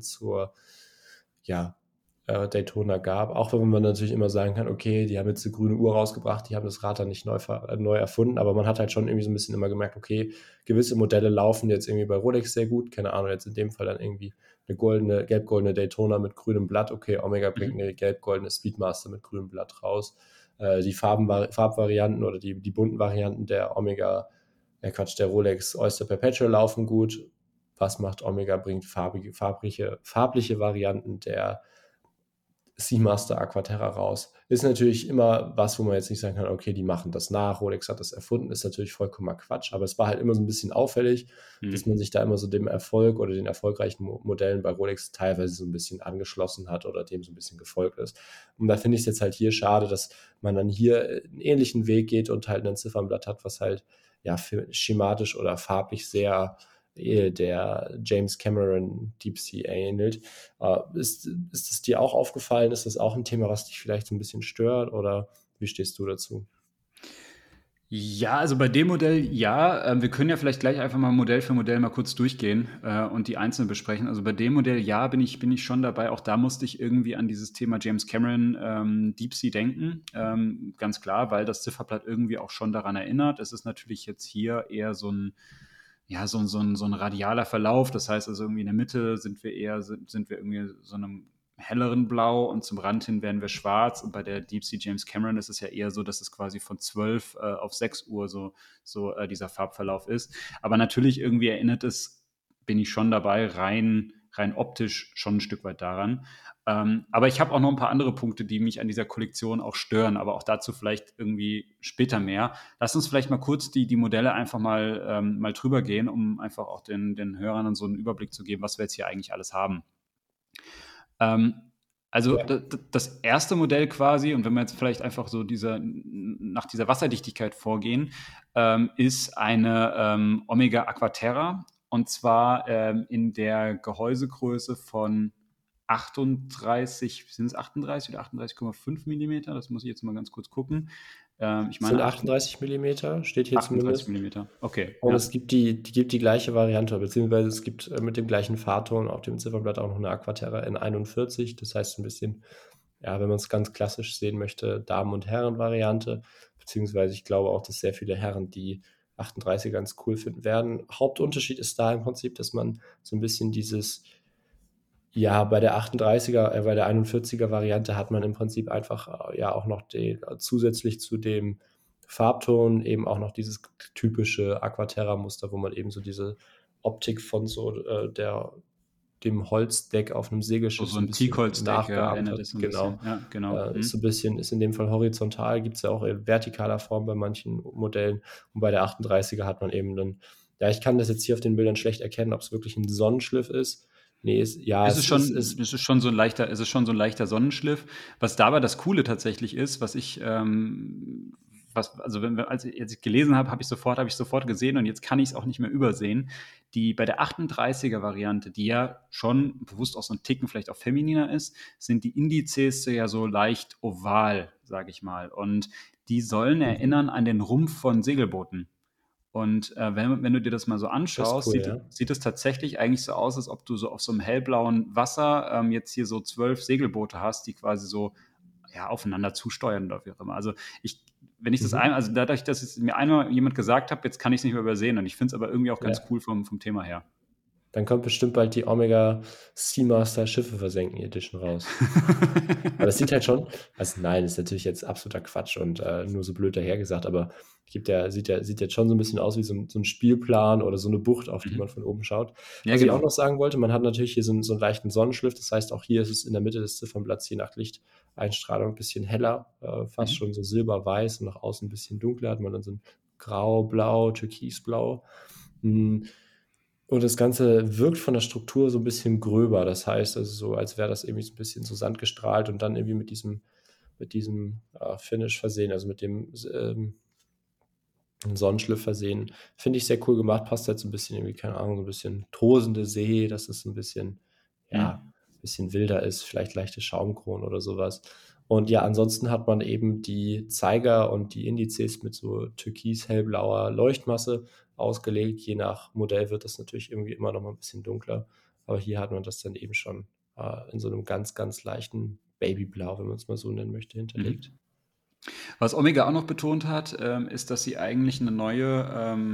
ja, Daytona gab. Auch wenn man natürlich immer sagen kann, okay, die haben jetzt eine grüne Uhr rausgebracht, die haben das Rad dann nicht neu erfunden, aber man hat halt schon irgendwie so ein bisschen immer gemerkt, okay, gewisse Modelle laufen jetzt irgendwie bei Rolex sehr gut, keine Ahnung, jetzt in dem Fall dann irgendwie eine gelb-goldene Daytona mit grünem Blatt, okay, Omega bringt Mhm. eine gelb-goldene Speedmaster mit grünem Blatt raus. Die Farbvarianten oder die bunten Varianten der Omega, der Rolex Oyster Perpetual laufen gut. Was macht Omega? Bringt farbliche Varianten der Seamaster Aquaterra raus. Ist natürlich immer was, wo man jetzt nicht sagen kann, okay, die machen das nach, Rolex hat das erfunden, ist natürlich vollkommener Quatsch, aber es war halt immer so ein bisschen auffällig, dass man Mhm. sich da immer so dem Erfolg oder den erfolgreichen Modellen bei Rolex teilweise so ein bisschen angeschlossen hat oder dem so ein bisschen gefolgt ist. Und da finde ich es jetzt halt hier schade, dass man dann hier einen ähnlichen Weg geht und halt ein Ziffernblatt hat, was halt ja schematisch oder farblich sehr der James Cameron Deep Sea ähnelt. Ist es dir auch aufgefallen? Ist das auch ein Thema, was dich vielleicht so ein bisschen stört oder wie stehst du dazu? Ja, also bei dem Modell ja. Wir können ja vielleicht gleich einfach mal Modell für Modell mal kurz durchgehen und die einzeln besprechen. Also bei dem Modell ja, bin ich schon dabei. Auch da musste ich irgendwie an dieses Thema James Cameron Deep Sea denken. Ganz klar, weil das Zifferblatt irgendwie auch schon daran erinnert. Es ist natürlich jetzt hier eher so ein radialer Verlauf. Das heißt also irgendwie in der Mitte sind wir irgendwie so einem helleren Blau und zum Rand hin werden wir schwarz. Und bei der Deep Sea James Cameron ist es ja eher so, dass es quasi von 12 auf 6 Uhr dieser Farbverlauf ist. Aber natürlich irgendwie erinnert es, bin ich schon dabei, rein rein optisch schon ein Stück weit daran. Aber ich habe auch noch ein paar andere Punkte, die mich an dieser Kollektion auch stören, aber auch dazu vielleicht irgendwie später mehr. Lass uns vielleicht mal kurz die Modelle einfach mal drüber gehen, um einfach auch den Hörern so einen Überblick zu geben, was wir jetzt hier eigentlich alles haben. Ähm, also Ja. das erste Modell quasi, und wenn wir jetzt vielleicht einfach so nach dieser Wasserdichtigkeit vorgehen, ist eine Omega Aquaterra, und zwar in der Gehäusegröße von 38, sind es 38 oder 38,5 Millimeter? Das muss ich jetzt mal ganz kurz gucken. Ich Es sind meine 38 Millimeter, steht hier 38 zumindest. Millimeter. Okay, Und ja. es gibt die gleiche Variante, beziehungsweise es gibt mit dem gleichen Farbton auf dem Ziffernblatt auch noch eine Aquaterra N41. Das heißt ein bisschen, ja, wenn man es ganz klassisch sehen möchte, Damen- und Herren-Variante. Beziehungsweise ich glaube auch, dass sehr viele Herren die 38 ganz cool finden werden. Hauptunterschied ist da im Prinzip, dass man so ein bisschen dieses, ja, bei der 38er, bei der 41er Variante hat man im Prinzip einfach ja auch noch zusätzlich zu dem Farbton eben auch noch dieses typische Aquaterra-Muster, wo man eben so diese Optik von so dem Holzdeck auf einem So, Segelschiff so so ein ein bisschen Teakholzdeck nachgeahmt erinnert hat. es so ein Genau. bisschen. Ja, genau. Ist so ein bisschen, ist in dem Fall horizontal, gibt es ja auch in vertikaler Form bei manchen Modellen. Und bei der 38er hat man eben dann, ja, ich kann das jetzt hier auf den Bildern schlecht erkennen, ob es wirklich ein Sonnenschliff ist. Nee, Es ist schon so ein leichter, es ist schon so ein leichter Sonnenschliff. Was dabei das Coole tatsächlich ist, also als ich gelesen habe, habe ich sofort gesehen, und jetzt kann ich es auch nicht mehr übersehen. Bei der 38er Variante, die ja schon bewusst auch so ein Ticken vielleicht auch femininer ist, sind die Indizes ja so leicht oval, sage ich mal. Und die sollen mhm. erinnern an den Rumpf von Segelbooten. Und wenn du dir das mal so Das ist anschaust, cool, ja. sieht es tatsächlich eigentlich so aus, als ob du so auf so einem hellblauen Wasser jetzt hier so 12 Segelboote hast, die quasi so, ja, aufeinander zusteuern oder wie auch immer. Also wenn ich Mhm. also dadurch, dass es mir einmal jemand gesagt hat, jetzt kann ich es nicht mehr übersehen, und ich finde es aber irgendwie auch ganz Ja. cool vom Thema her. Dann kommt bestimmt bald die Omega Seamaster Schiffe versenken Edition raus. Aber das sieht halt schon, also nein, ist natürlich jetzt absoluter Quatsch und nur so blöd dahergesagt, aber sieht jetzt schon so ein bisschen aus wie so ein Spielplan oder so eine Bucht, auf die man Mhm. von oben schaut. Ja, Was ich auch genau. noch sagen wollte, man hat natürlich hier so einen leichten Sonnenschliff, das heißt, auch hier ist es in der Mitte des Ziffernblatts je nach Lichteinstrahlung ein bisschen heller, fast Mhm. schon so silberweiß und nach außen ein bisschen dunkler, hat man dann so ein grau-blau, türkisblau. Mm, Und das Ganze wirkt von der Struktur so ein bisschen gröber. Das heißt, also so, als wäre das irgendwie so ein bisschen so sandgestrahlt und dann irgendwie mit diesem Finish versehen, also mit dem Sonnenschliff versehen. Finde ich sehr cool gemacht, passt halt so ein bisschen irgendwie, keine Ahnung, so ein bisschen tosende See, dass es so ein bisschen, ja, Mhm. ein bisschen wilder ist, vielleicht leichte Schaumkronen oder sowas. Und ja, ansonsten hat man eben die Zeiger und die Indizes mit so türkis-hellblauer Leuchtmasse ausgelegt. Je nach Modell wird das natürlich irgendwie immer noch mal ein bisschen dunkler. Aber hier hat man das dann eben schon in so einem ganz, ganz leichten Babyblau, wenn man es mal so nennen möchte, hinterlegt. Mhm. Was Omega auch noch betont hat, ist, dass sie eigentlich eine neue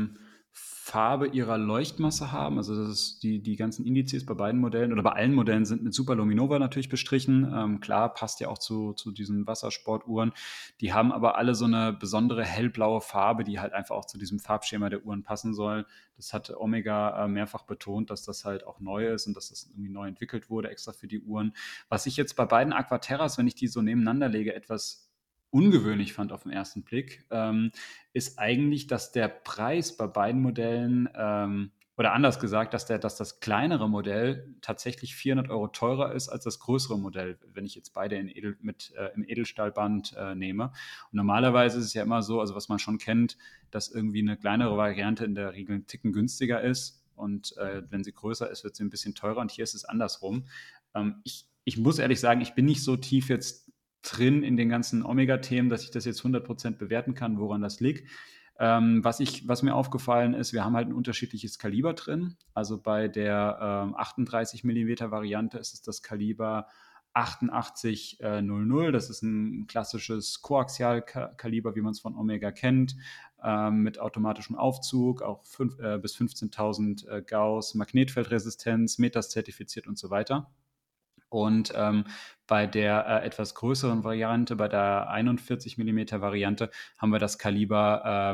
Farbe ihrer Leuchtmasse haben. Also das ist die ganzen Indizes bei beiden Modellen oder bei allen Modellen sind mit Superluminova natürlich bestrichen. Klar, passt ja auch zu diesen Wassersportuhren. Die haben aber alle so eine besondere hellblaue Farbe, die halt einfach auch zu diesem Farbschema der Uhren passen soll. Das hat Omega mehrfach betont, dass das halt auch neu ist und dass das irgendwie neu entwickelt wurde, extra für die Uhren. Was ich jetzt bei beiden Aquaterras, wenn ich die so nebeneinander lege, etwas ungewöhnlich fand auf den ersten Blick, ist eigentlich, dass der Preis bei beiden Modellen, oder anders gesagt, dass das kleinere Modell tatsächlich 400 € teurer ist als das größere Modell, wenn ich jetzt beide im Edelstahlband nehme. Und normalerweise ist es ja immer so, also was man schon kennt, dass irgendwie eine kleinere Variante in der Regel einen Ticken günstiger ist. Und wenn sie größer ist, wird sie ein bisschen teurer. Und hier ist es andersrum. Ich muss ehrlich sagen, ich bin nicht so tief jetzt drin in den ganzen Omega-Themen, dass ich das jetzt 100% bewerten kann, woran das liegt. Was mir aufgefallen ist, wir haben halt ein unterschiedliches Kaliber drin. Also bei der 38 Millimeter Variante ist es das Kaliber 8800. Das ist ein klassisches Koaxial-Kaliber, wie man es von Omega kennt, mit automatischem Aufzug, auch bis 15.000 Gauss, Magnetfeldresistenz, Metas zertifiziert und so weiter. Und bei der etwas größeren Variante, bei der 41 Millimeter Variante, haben wir das Kaliber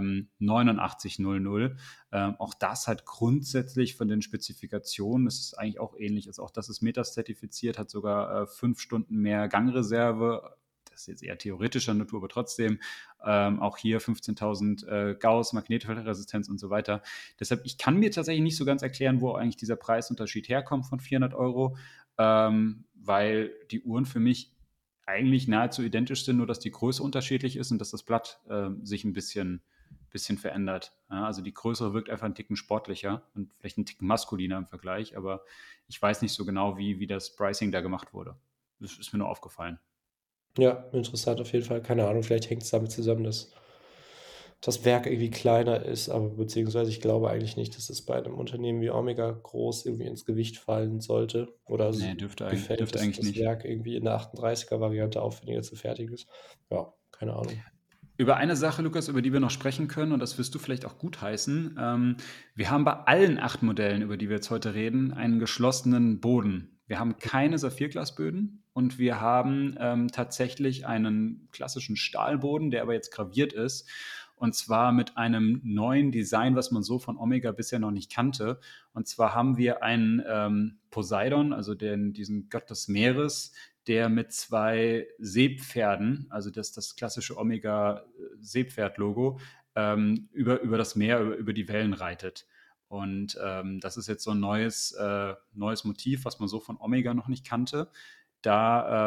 8900. Auch das hat grundsätzlich von den Spezifikationen, das ist eigentlich auch ähnlich, ist auch das ist METAS zertifiziert, hat sogar 5 Stunden mehr Gangreserve. Das ist jetzt eher theoretischer Natur, aber trotzdem auch hier 15.000 Gauss, Magnetfeldresistenz und so weiter. Deshalb, ich kann mir tatsächlich nicht so ganz erklären, wo eigentlich dieser Preisunterschied herkommt von 400 Euro, weil die Uhren für mich eigentlich nahezu identisch sind, nur dass die Größe unterschiedlich ist und dass das Blatt sich ein bisschen verändert. Ja, also die größere wirkt einfach einen Ticken sportlicher und vielleicht einen Ticken maskuliner im Vergleich, aber ich weiß nicht so genau, wie das Pricing da gemacht wurde. Das ist mir nur aufgefallen. Ja, interessant auf jeden Fall. Keine Ahnung, vielleicht hängt es damit zusammen, dass das Werk irgendwie kleiner ist, aber beziehungsweise ich glaube eigentlich nicht, dass es bei einem Unternehmen wie Omega groß irgendwie ins Gewicht fallen sollte oder Nee, gefällt, dürfte dass eigentlich das nicht. Werk irgendwie in der 38er Variante aufwendiger zu fertigen ist. Ja, keine Ahnung. Über eine Sache, Lukas, über die wir noch sprechen können, und das wirst du vielleicht auch gutheißen. Wir haben bei allen 8 Modellen, über die wir jetzt heute reden, einen geschlossenen Boden. Wir haben keine Saphirglasböden und wir haben tatsächlich einen klassischen Stahlboden, der aber jetzt graviert ist. Und zwar mit einem neuen Design, was man so von Omega bisher noch nicht kannte. Und zwar haben wir einen Poseidon, also diesen Gott des Meeres, der mit 2 Seepferden, also das klassische Omega-Seepferd-Logo, über das Meer, über die Wellen reitet. Und das ist jetzt so ein neues Motiv, was man so von Omega noch nicht kannte. Da,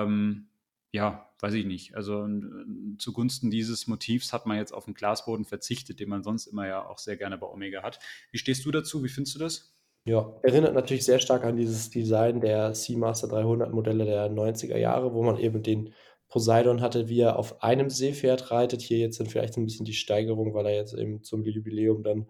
ja, weiß ich nicht. Also zugunsten dieses Motivs hat man jetzt auf den Glasboden verzichtet, den man sonst immer ja auch sehr gerne bei Omega hat. Wie stehst du dazu? Wie findest du das? Ja, erinnert natürlich sehr stark an dieses Design der Seamaster 300 Modelle der 90er Jahre, wo man eben den Poseidon hatte, wie er auf einem Seepferd reitet. Hier jetzt dann vielleicht so 'n bisschen die Steigerung, weil er jetzt eben zum Jubiläum dann,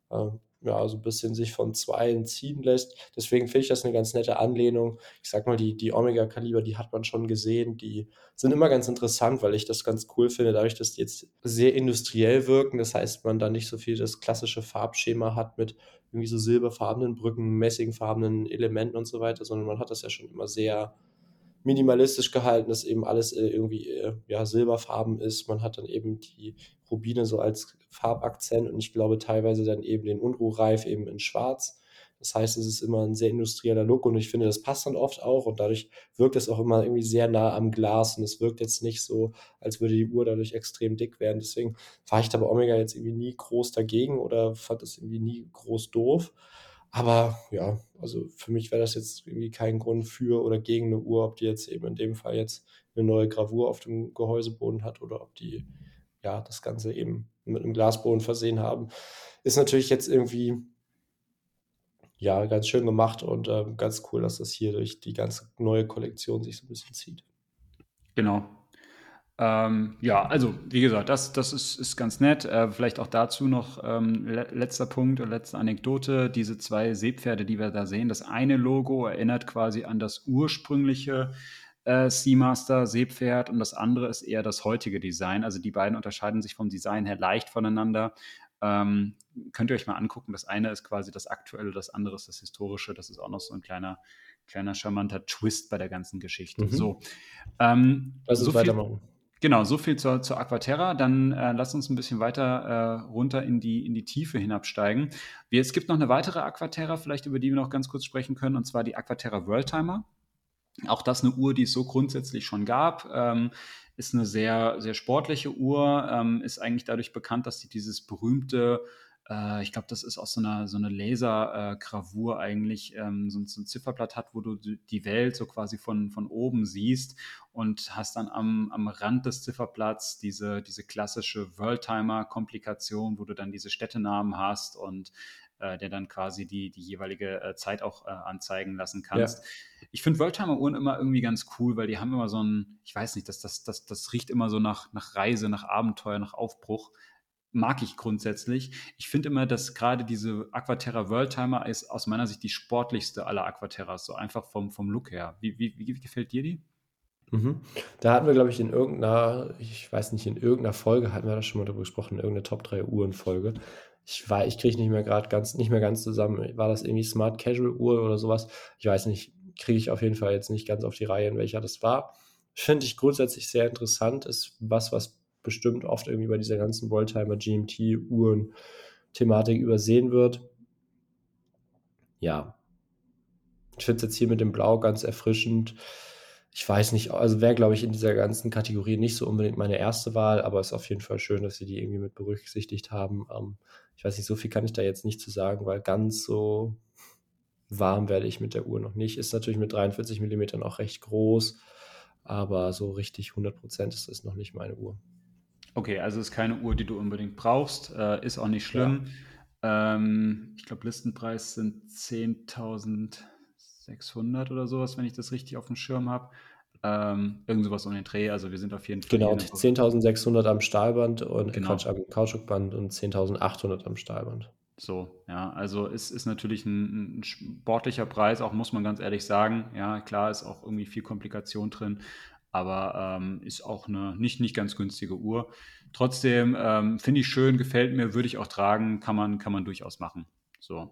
ja, so 'n bisschen sich von Zweien ziehen lässt. Deswegen finde ich das 'ne ganz nette Anlehnung. Ich sage mal, die Omega-Kaliber, die hat man schon gesehen, die sind immer ganz interessant, weil ich das ganz cool finde, dadurch, dass die jetzt sehr industriell wirken. Das heißt, man da nicht so viel das klassische Farbschema hat mit irgendwie so silberfarbenen Brücken, messingfarbenen Elementen und so weiter, sondern man hat das ja schon immer sehr minimalistisch gehalten, dass eben alles irgendwie ja, silberfarben ist. Man hat dann eben die Rubine so als Farbakzent und ich glaube teilweise dann eben den Unruhreif eben in schwarz. Das heißt, es ist immer ein sehr industrieller Look und ich finde, das passt dann oft auch und dadurch wirkt es auch immer irgendwie sehr nah am Glas und es wirkt jetzt nicht so, als würde die Uhr dadurch extrem dick werden. Deswegen war ich da bei Omega jetzt irgendwie nie groß dagegen oder fand das irgendwie nie groß doof. Aber ja, also für mich wäre das jetzt irgendwie kein Grund für oder gegen eine Uhr, ob die jetzt eben in dem Fall jetzt eine neue Gravur auf dem Gehäuseboden hat oder ob die, ja, das Ganze eben mit einem Glasboden versehen haben. Ist natürlich jetzt irgendwie, ja, ganz schön gemacht und, ganz cool, dass das hier durch die ganze neue Kollektion sich so ein bisschen zieht. Genau. Ja, also wie gesagt, das ist ganz nett. Vielleicht auch dazu noch letzter Punkt oder letzte Anekdote. Diese 2 Seepferde, die wir da sehen, das eine Logo erinnert quasi an das ursprüngliche Seamaster Seepferd und das andere ist eher das heutige Design. Also die beiden unterscheiden sich vom Design her leicht voneinander. Könnt ihr euch mal angucken. Das eine ist quasi das aktuelle, das andere ist das historische. Das ist auch noch so ein kleiner charmanter Twist bei der ganzen Geschichte. So, Mhm. Lass so uns viel weitermachen. Genau, so viel zur Aquaterra. Dann lass uns ein bisschen weiter runter in die Tiefe hinabsteigen. Es gibt noch eine weitere Aquaterra, vielleicht über die wir noch ganz kurz sprechen können, und zwar die Aquaterra Worldtimer. Auch das eine Uhr, die es so grundsätzlich schon gab. Ist eine sehr, sehr sportliche Uhr, ist eigentlich dadurch bekannt, dass sie dieses berühmte, ich glaube, das ist auch so eine Lasergravur eigentlich, so ein Zifferblatt hat, wo du die Welt so quasi von oben siehst und hast dann am Rand des Zifferblatts diese klassische Worldtimer-Komplikation, wo du dann diese Städtenamen hast und der dann quasi die jeweilige Zeit auch anzeigen lassen Ja. kannst. Ich finde Worldtimer-Uhren immer irgendwie ganz cool, weil die haben immer so ein, ich weiß nicht, das riecht immer so nach Reise, nach Abenteuer, nach Aufbruch. Mag ich grundsätzlich. Ich finde immer, dass gerade diese Aquaterra Worldtimer ist aus meiner Sicht die sportlichste aller Aquaterras, so einfach vom Look her. Wie gefällt dir die? Mhm. Da hatten wir, glaube ich, in irgendeiner, ich weiß nicht, in irgendeiner Folge hatten wir da schon mal drüber gesprochen, irgendeine Top 3 Uhren-Folge. Ich kriege nicht mehr ganz zusammen. War das irgendwie Smart Casual Uhr oder sowas? Ich weiß nicht. kriege ich auf jeden Fall jetzt nicht ganz auf die Reihe, in welcher das war. Finde ich grundsätzlich sehr interessant, ist was bestimmt oft irgendwie bei dieser ganzen Oldtimer GMT-Uhren-Thematik übersehen wird. Ja, ich finde es jetzt hier mit dem Blau ganz erfrischend. Ich weiß nicht, also wäre, glaube ich, in dieser ganzen Kategorie nicht so unbedingt meine erste Wahl, aber es ist auf jeden Fall schön, dass sie die irgendwie mit berücksichtigt haben. Ich weiß nicht, so viel kann ich da jetzt nicht zu sagen, weil ganz so warm werde ich mit der Uhr noch nicht. Ist natürlich mit 43 Millimetern auch recht groß, aber so richtig 100% ist das noch nicht meine Uhr. Okay, also ist keine Uhr, die du unbedingt brauchst, ist auch nicht Ja. schlimm. Ich glaube, Listenpreis sind 10.600 oder sowas, wenn ich das richtig auf dem Schirm habe. Irgend sowas um den Dreh. Also wir sind auf jeden Fall hier Genau, in der 10.600 am Stahlband und genau. Quatsch, am Kautschukband und 10.800 am Stahlband. So, ja, also es ist natürlich ein sportlicher Preis, auch muss man ganz ehrlich sagen. Ja, klar ist auch irgendwie viel Komplikation drin, aber ist auch eine nicht ganz günstige Uhr. Trotzdem finde ich schön, gefällt mir, würde ich auch tragen, kann man durchaus machen. So.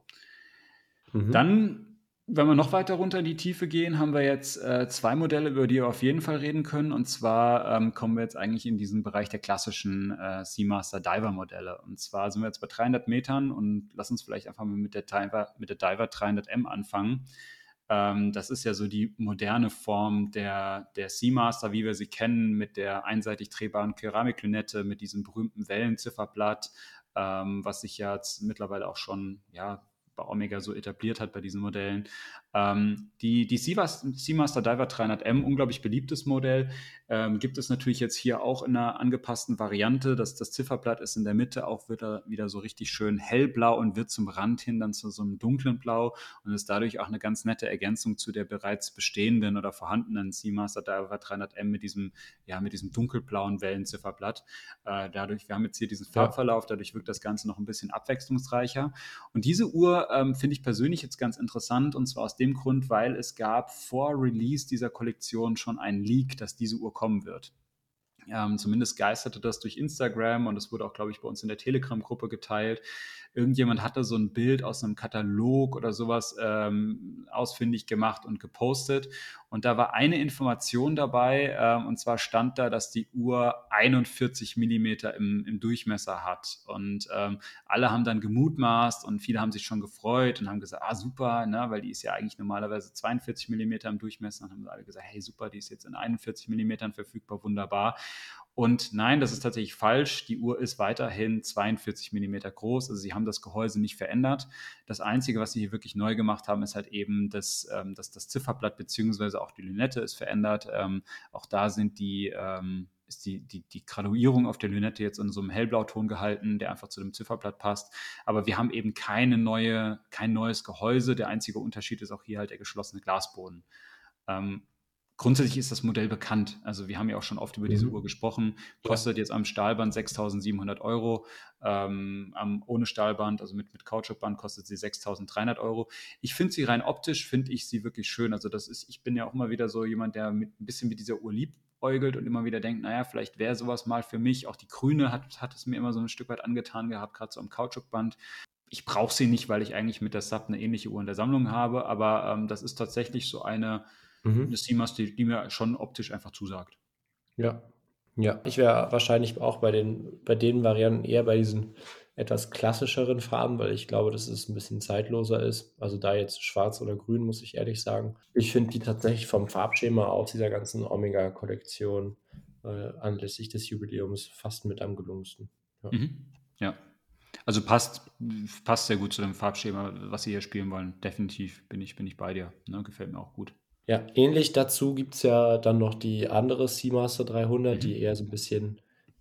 Mhm. Dann, wenn wir noch weiter runter in die Tiefe gehen, haben wir jetzt zwei Modelle, über die wir auf jeden Fall reden können. Und zwar kommen wir jetzt eigentlich in diesen Bereich der klassischen Seamaster Diver Modelle. Und zwar sind wir jetzt bei 300 Metern und lass uns vielleicht einfach mal mit der Diver 300M anfangen. Das ist ja so die moderne Form der Seamaster, wie wir sie kennen, mit der einseitig drehbaren Keramiklünette, mit diesem berühmten Wellenzifferblatt, was sich ja jetzt mittlerweile auch schon ja, bei Omega so etabliert hat bei diesen Modellen. Die Seamaster Diver 300M, unglaublich beliebtes Modell, gibt es natürlich jetzt hier auch in einer angepassten Variante. Das Zifferblatt ist in der Mitte auch wieder so richtig schön hellblau und wird zum Rand hin dann zu so einem dunklen Blau und ist dadurch auch eine ganz nette Ergänzung zu der bereits bestehenden oder vorhandenen Seamaster Diver 300M mit diesem dunkelblauen Wellenzifferblatt. Wir haben jetzt hier diesen Ja. Farbverlauf, dadurch wirkt das Ganze noch ein bisschen abwechslungsreicher. Und diese Uhr finde ich persönlich jetzt ganz interessant und zwar aus dem Grund, weil es gab vor Release dieser Kollektion schon einen Leak, dass diese Uhr kommen wird. Zumindest geisterte das durch Instagram und es wurde auch, glaube ich, bei uns in der Telegram-Gruppe geteilt. Irgendjemand hatte so ein Bild aus einem Katalog oder sowas ausfindig gemacht und gepostet. Und da war eine Information dabei, und zwar stand da, dass die Uhr 41 Millimeter im Durchmesser hat. Und alle haben dann gemutmaßt und viele haben sich schon gefreut und haben gesagt, ah super, ne, weil die ist ja eigentlich normalerweise 42 Millimeter im Durchmesser. Und haben alle gesagt, hey super, die ist jetzt in 41 Millimetern verfügbar, wunderbar. Und nein, das ist tatsächlich falsch. Die Uhr ist weiterhin 42 Millimeter groß. Also sie haben das Gehäuse nicht verändert. Das Einzige, was sie hier wirklich neu gemacht haben, ist halt eben das Zifferblatt beziehungsweise auch die Lünette ist verändert. Auch da sind ist die Graduierung auf der Lünette jetzt in so einem Hellblauton gehalten, der einfach zu dem Zifferblatt passt. Aber wir haben eben kein neues Gehäuse. Der einzige Unterschied ist auch hier halt der geschlossene Glasboden. Ähm, Grundsätzlich ist das Modell bekannt. Also wir haben ja auch schon oft über diese Uhr Mhm. gesprochen. Ja. Kostet jetzt am Stahlband 6.700 €. Ohne Stahlband, also mit Kautschukband, kostet sie 6.300 €. Ich finde sie rein optisch, finde ich sie wirklich schön. Also ich bin ja auch immer wieder so jemand, der ein bisschen mit dieser Uhr liebäugelt und immer wieder denkt, naja, vielleicht wäre sowas mal für mich. Auch die Grüne hat es mir immer so ein Stück weit angetan gehabt, gerade so am Kautschukband. Ich brauche sie nicht, weil ich eigentlich mit der Sub eine ähnliche Uhr in der Sammlung habe, aber das ist tatsächlich so eine Mhm. Seamaster, die mir schon optisch einfach zusagt. Ja. Ja, ich wäre wahrscheinlich auch bei den Varianten eher bei diesen etwas klassischeren Farben, weil ich glaube, dass es ein bisschen zeitloser ist. Also, da jetzt schwarz oder grün, muss ich ehrlich sagen. Ich finde die tatsächlich vom Farbschema aus dieser ganzen Omega-Kollektion, anlässlich des Jubiläums fast mit am gelungensten. Ja. Mhm. Ja. Also passt sehr gut zu dem Farbschema, was sie hier spielen wollen. Definitiv bin ich bei dir. Ne? Gefällt mir auch gut. Ja, ähnlich dazu gibt's ja dann noch die andere Seamaster 300, die Mhm. eher so ein bisschen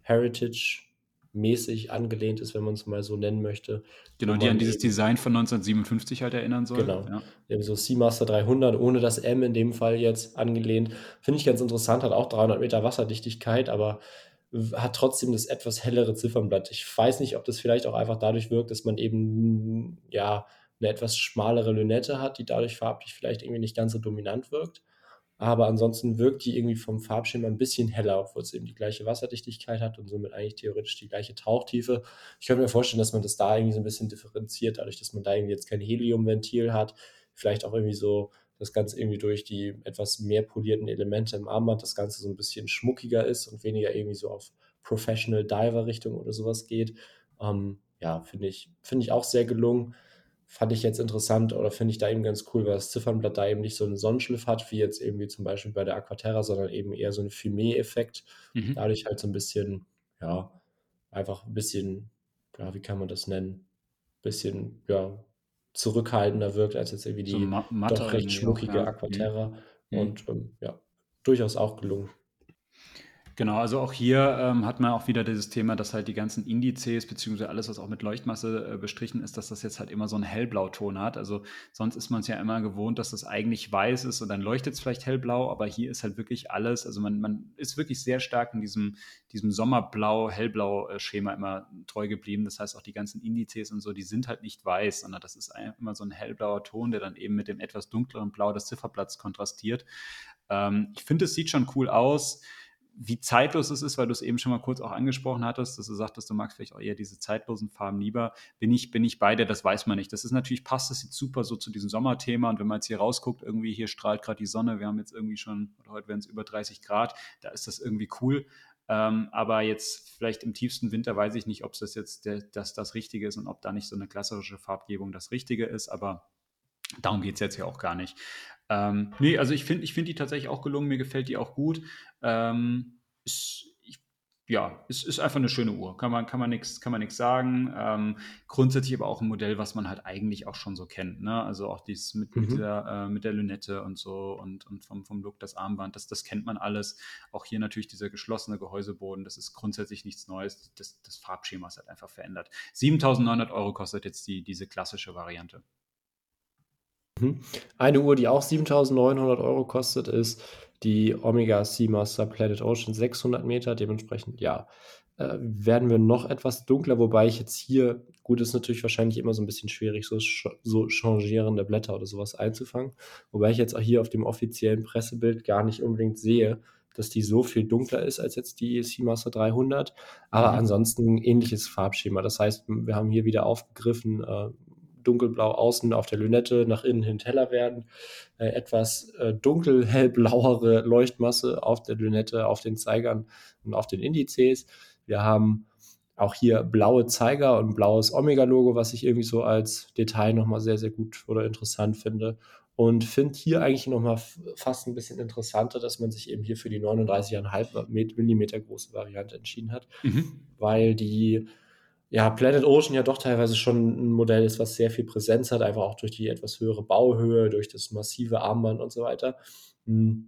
Heritage-mäßig angelehnt ist, wenn man es mal so nennen möchte, wo Genau, die an man dieses eben Design von 1957 halt erinnern soll. genau, Ja. eben so Seamaster 300 ohne das M in dem Fall jetzt angelehnt. Finde ich ganz interessant, hat auch 300 Meter Wasserdichtigkeit, aber hat trotzdem das etwas hellere Ziffernblatt. Ich weiß nicht, ob das vielleicht auch einfach dadurch wirkt, dass man eben, ja, eine etwas schmalere Lünette hat, die dadurch farblich vielleicht irgendwie nicht ganz so dominant wirkt. Aber ansonsten wirkt die irgendwie vom Farbschema ein bisschen heller, obwohl es eben die gleiche Wasserdichtigkeit hat und somit eigentlich theoretisch die gleiche Tauchtiefe. Ich könnte mir vorstellen, dass man das da irgendwie so ein bisschen differenziert, dadurch, dass man da irgendwie jetzt kein Heliumventil hat. vielleicht auch irgendwie so das Ganze irgendwie durch die etwas mehr polierten Elemente im Armband das Ganze so ein bisschen schmuckiger ist und weniger irgendwie so auf Professional Diver Richtung oder sowas geht. Ja, finde ich auch sehr gelungen. Fand ich jetzt interessant oder finde ich da eben ganz cool, weil das Ziffernblatt da eben nicht so einen Sonnenschliff hat, wie jetzt irgendwie zum Beispiel bei der Aquaterra, sondern eben eher so 'n Fumé-Effekt. Mhm. Dadurch halt so ein bisschen, ja, einfach ein bisschen, ja, wie kann man das nennen? Bisschen, ja, zurückhaltender wirkt als jetzt irgendwie So die matter doch recht irgendwie auch, schmuckige ja. Mhm. Aquaterra Mhm. und, ja, durchaus auch gelungen. Genau, also auch hier, hat man auch wieder dieses Thema, dass halt die ganzen Indizes beziehungsweise alles, was auch mit Leuchtmasse, bestrichen ist, dass das jetzt halt immer so 'n Hellblauton hat. Also, sonst ist man's ja immer gewohnt, dass das eigentlich weiß ist und dann leuchtet's vielleicht hellblau, aber hier ist halt wirklich alles, also man ist wirklich sehr stark in diesem Sommerblau, Hellblau, Schema immer treu geblieben. Das heißt, auch die ganzen Indizes und so, die sind halt nicht weiß, sondern das ist immer so 'n hellblauer Ton, der dann eben mit dem etwas dunkleren Blau des Zifferblatts kontrastiert. Ich finde, es sieht schon cool aus. Wie zeitlos es ist, weil du es eben schon mal kurz auch angesprochen hattest, dass du sagtest, du magst vielleicht auch eher diese zeitlosen Farben lieber, bin ich bei dir, das weiß man nicht. Das ist natürlich, passt das jetzt super so zu diesem Sommerthema, und wenn man jetzt hier rausguckt, irgendwie hier strahlt gerade die Sonne, wir haben jetzt irgendwie schon, oder heute werden es über 30 Grad, da ist das irgendwie cool. Aber jetzt vielleicht im tiefsten Winter weiß ich nicht, ob das jetzt das Richtige ist und ob da nicht so eine klassische Farbgebung das Richtige ist, aber darum geht es jetzt ja auch gar nicht. Nee, also ich find die tatsächlich auch gelungen, mir gefällt die auch gut. Ja, es ist einfach eine schöne Uhr, kann man nix sagen. Grundsätzlich aber auch ein Modell, was man halt eigentlich auch schon so kennt, ne? Also auch dieses Mhm. mit der Lünette und so, und vom Look, das Armband, das kennt man alles. Auch hier natürlich dieser geschlossene Gehäuseboden, das ist grundsätzlich nichts Neues. Das Farbschema ist halt einfach verändert. 7.900 € kostet jetzt diese klassische Variante. Mhm. Eine Uhr, die auch 7.900 € kostet, ist die Omega Seamaster Planet Ocean 600 Meter. Dementsprechend, ja, werden wir noch etwas dunkler, wobei ich jetzt hier gut, ist natürlich wahrscheinlich immer so ein bisschen schwierig, so changierende Blätter oder sowas einzufangen. Wobei ich jetzt auch hier auf dem offiziellen Pressebild gar nicht unbedingt sehe, dass die so viel dunkler ist als jetzt die Seamaster 300. Aber Mhm. ansonsten ähnliches Farbschema. Das heißt, wir haben hier wieder aufgegriffen, dunkelblau außen auf der Lünette, nach innen hin heller werden, etwas dunkel-hellblauere Leuchtmasse auf der Lünette, auf den Zeigern und auf den Indizes. Wir haben auch hier blaue Zeiger und blaues Omega-Logo, was ich irgendwie so als Detail nochmal sehr, sehr gut oder interessant finde. Und finde hier eigentlich nochmal fast ein bisschen interessanter, dass man sich eben hier für die 39,5 Millimeter große Variante entschieden hat, Mhm. weil die, ja, Planet Ocean ja doch teilweise schon ein Modell ist, was sehr viel Präsenz hat, einfach auch durch die etwas höhere Bauhöhe, durch das massive Armband und so weiter. Hm,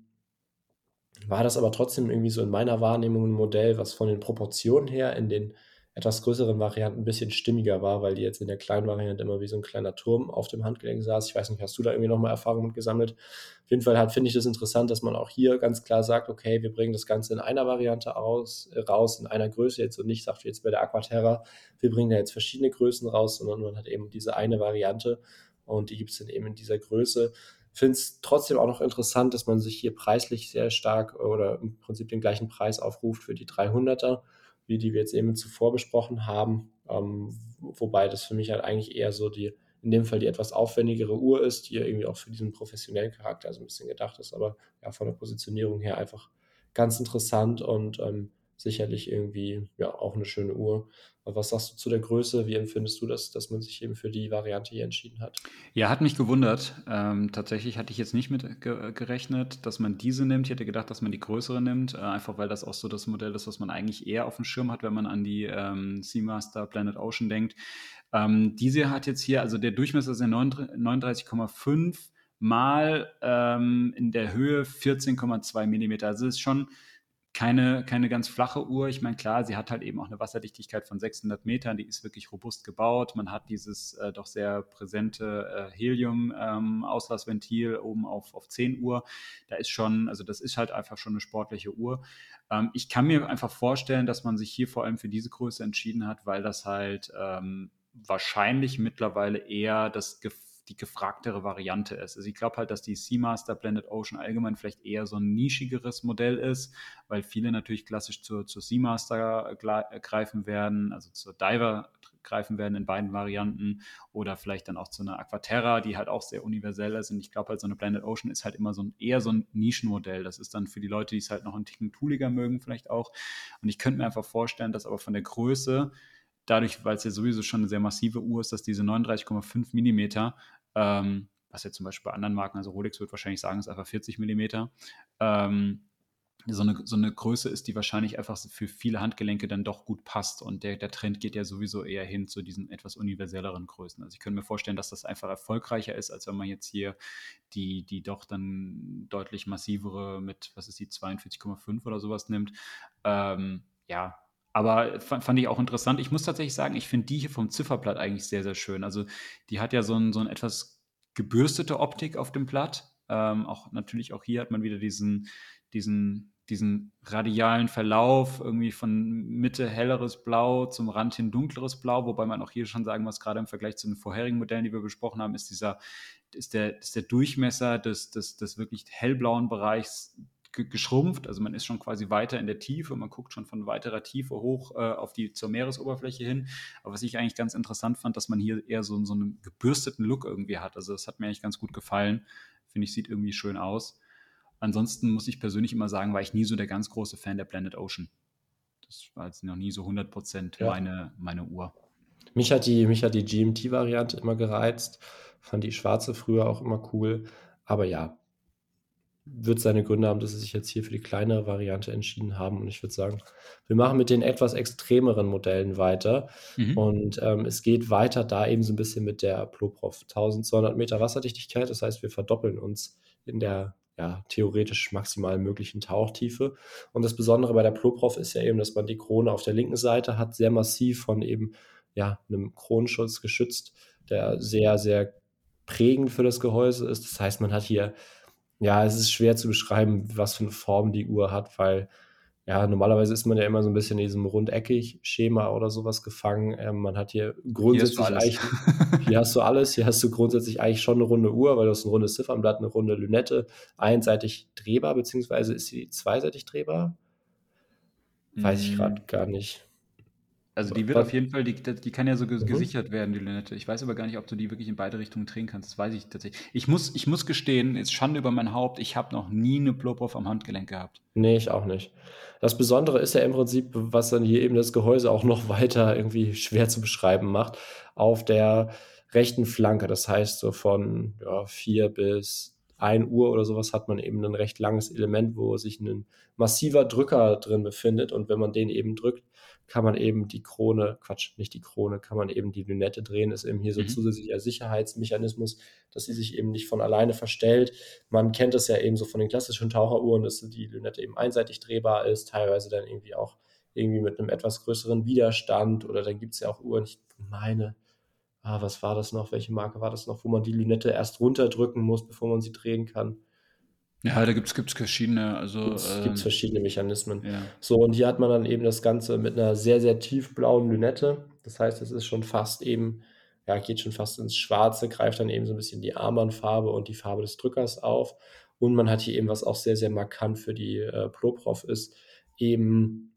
war das aber trotzdem irgendwie so in meiner Wahrnehmung ein Modell, was von den Proportionen her in den etwas größeren Varianten ein bisschen stimmiger war, weil die jetzt in der kleinen Variante immer wie so ein kleiner Turm auf dem Handgelenk saß. Ich weiß nicht, hast du da irgendwie noch mal Erfahrung mit gesammelt? Auf jeden Fall finde ich das interessant, dass man auch hier ganz klar sagt: „Okay, wir bringen das Ganze in einer Variante raus, in einer Größe jetzt und nicht sagt wie jetzt bei der Aquaterra, wir bringen da jetzt verschiedene Größen raus, sondern man hat eben diese eine Variante und die gibt es dann eben in dieser Größe. Finde es trotzdem auch noch interessant, dass man sich hier preislich sehr stark oder im Prinzip den gleichen Preis aufruft für die 300er, wie die wir jetzt eben zuvor besprochen haben. Wobei das für mich halt eigentlich eher so in dem Fall die etwas aufwendigere Uhr ist, die ja irgendwie auch für diesen professionellen Charakter so ein bisschen gedacht ist, aber ja, von der Positionierung her einfach ganz interessant und sicherlich irgendwie ja auch eine schöne Uhr. Aber was sagst du zu der Größe? Wie empfindest du das, dass man sich eben für die Variante hier entschieden hat? Ja, hat mich gewundert. Tatsächlich hatte ich jetzt nicht mit gerechnet, dass man diese nimmt. Ich hätte gedacht, dass man die größere nimmt, einfach weil das auch so das Modell ist, was man eigentlich eher auf dem Schirm hat, wenn man an die Seamaster Planet Ocean denkt. Diese hat jetzt hier, also der Durchmesser ist ja 39,5 mal in der Höhe 14,2 Millimeter. Also es ist schon keine ganz flache Uhr. Ich meine, klar, sie hat halt eben auch eine Wasserdichtigkeit von 600 Metern, die ist wirklich robust gebaut. Man hat dieses doch sehr präsente Helium-Auslassventil oben auf 10 Uhr. Da ist schon, also das ist halt einfach schon eine sportliche Uhr. Ich kann mir einfach vorstellen, dass man sich hier vor allem für diese Größe entschieden hat, weil das halt wahrscheinlich mittlerweile eher die gefragtere Variante ist. Also ich glaube halt, dass die Seamaster Blended Ocean allgemein vielleicht eher so ein nischigeres Modell ist, weil viele natürlich klassisch zur Seamaster greifen werden, also zur Diver greifen werden in beiden Varianten oder vielleicht dann auch zu einer Aquaterra, die halt auch sehr universell ist. Und ich glaube halt, so eine Blended Ocean ist halt immer eher so ein Nischenmodell. Das ist dann für die Leute, die es halt noch einen Ticken tooliger mögen, vielleicht auch. Und ich könnte mir einfach vorstellen, dass aber von der Größe, dadurch, weil es ja sowieso schon eine sehr massive Uhr ist, dass diese 39,5 Millimeter, was ja zum Beispiel bei anderen Marken, also Rolex wird wahrscheinlich sagen, ist einfach 40 Millimeter, so eine Größe ist, die wahrscheinlich einfach für viele Handgelenke dann doch gut passt. Und der Trend geht ja sowieso eher hin zu diesen etwas universelleren Größen. Also ich könnte mir vorstellen, dass das einfach erfolgreicher ist, als wenn man jetzt hier die doch dann deutlich massivere mit, was ist die, 42,5 oder sowas nimmt. Ja, aber fand ich auch interessant. Ich muss tatsächlich sagen, ich finde die hier vom Zifferblatt eigentlich sehr, sehr schön. Also die hat ja so ein etwas gebürstete Optik auf dem Blatt. Auch natürlich auch hier hat man wieder diesen radialen Verlauf, irgendwie von Mitte helleres Blau zum Rand hin dunkleres Blau, wobei man auch hier schon sagen muss, gerade im Vergleich zu den vorherigen Modellen, die wir besprochen haben, ist der Durchmesser des wirklich hellblauen Bereichs geschrumpft. Also man ist schon quasi weiter in der Tiefe, man guckt schon von weiterer Tiefe hoch zur Meeresoberfläche hin. Aber was ich eigentlich ganz interessant fand, dass man hier eher so einen gebürsteten Look irgendwie hat. Also das hat mir eigentlich ganz gut gefallen. Finde ich, sieht irgendwie schön aus. Ansonsten muss ich persönlich immer sagen, war ich nie so der ganz große Fan der Blended Ocean. Das war jetzt noch nie so 100% Ja. meine Uhr. Mich hat die GMT-Variante immer gereizt, fand die schwarze früher auch immer cool, aber ja, wird seine Gründe haben, dass sie sich jetzt hier für die kleinere Variante entschieden haben. Und ich würde sagen, wir machen mit den etwas extremeren Modellen weiter. Mhm. Und es geht weiter da eben so ein bisschen mit der Ploprof. 1200 Meter Wasserdichtigkeit, das heißt, wir verdoppeln uns in der ja, theoretisch maximal möglichen Tauchtiefe. Und das Besondere bei der Ploprof ist ja eben, dass man die Krone auf der linken Seite hat, sehr massiv von eben ja, einem Kronenschutz geschützt, der sehr, sehr prägend für das Gehäuse ist. Das heißt, man hat hier ja, es ist schwer zu beschreiben, was für eine Form die Uhr hat, weil ja, normalerweise ist man ja immer so ein bisschen in diesem rundeckig-Schema oder sowas gefangen. Man hat hier Hier hast du grundsätzlich alles. eigentlich hier hast du alles, hier hast du grundsätzlich eigentlich schon eine runde Uhr, weil du hast ein rundes Ziffernblatt, eine runde Lünette, einseitig drehbar, beziehungsweise ist sie zweiseitig drehbar? Weiß ich gerade Mm, gar nicht. Also die wird Was? auf jeden Fall, die kann ja so Mhm. gesichert werden, die Lünette. Ich weiß aber gar nicht, ob du die wirklich in beide Richtungen drehen kannst. Das weiß ich tatsächlich. Ich muss gestehen, ist Schande über mein Haupt, ich habe noch nie eine Plopov am Handgelenk gehabt. Ne, ich auch nicht. Das Besondere ist ja im Prinzip, was dann hier eben das Gehäuse auch noch weiter irgendwie schwer zu beschreiben macht, auf der rechten Flanke. Das heißt, so von, ja, 4 bis 1 Uhr oder sowas hat man eben ein recht langes Element, wo sich ein massiver Drücker drin befindet. Und wenn man den eben drückt, kann man eben die Krone Quatsch, nicht die Krone, kann man eben die Lünette drehen. Ist eben hier so Mhm. zusätzlicher Sicherheitsmechanismus, dass sie sich eben nicht von alleine verstellt. Man kennt es ja eben so von den klassischen Taucheruhren, dass die Lünette eben einseitig drehbar ist, teilweise dann irgendwie auch irgendwie mit einem etwas größeren Widerstand. Oder dann gibt es ja auch Uhren, ich meine, was war das noch? Welche Marke war das noch, wo man die Lünette erst runterdrücken muss, bevor man sie drehen kann? Ja, da gibt's verschiedene, also Gibt's verschiedene Mechanismen. ja. So, und hier hat man dann eben das Ganze mit einer sehr, sehr tiefblauen Lünette. Das heißt, es ist schon fast eben, ja, geht schon fast ins Schwarze, greift dann eben so ein bisschen die Armbandfarbe und die Farbe des Drückers auf. Und man hat hier eben, was auch sehr, sehr markant für die Ploprof ist, eben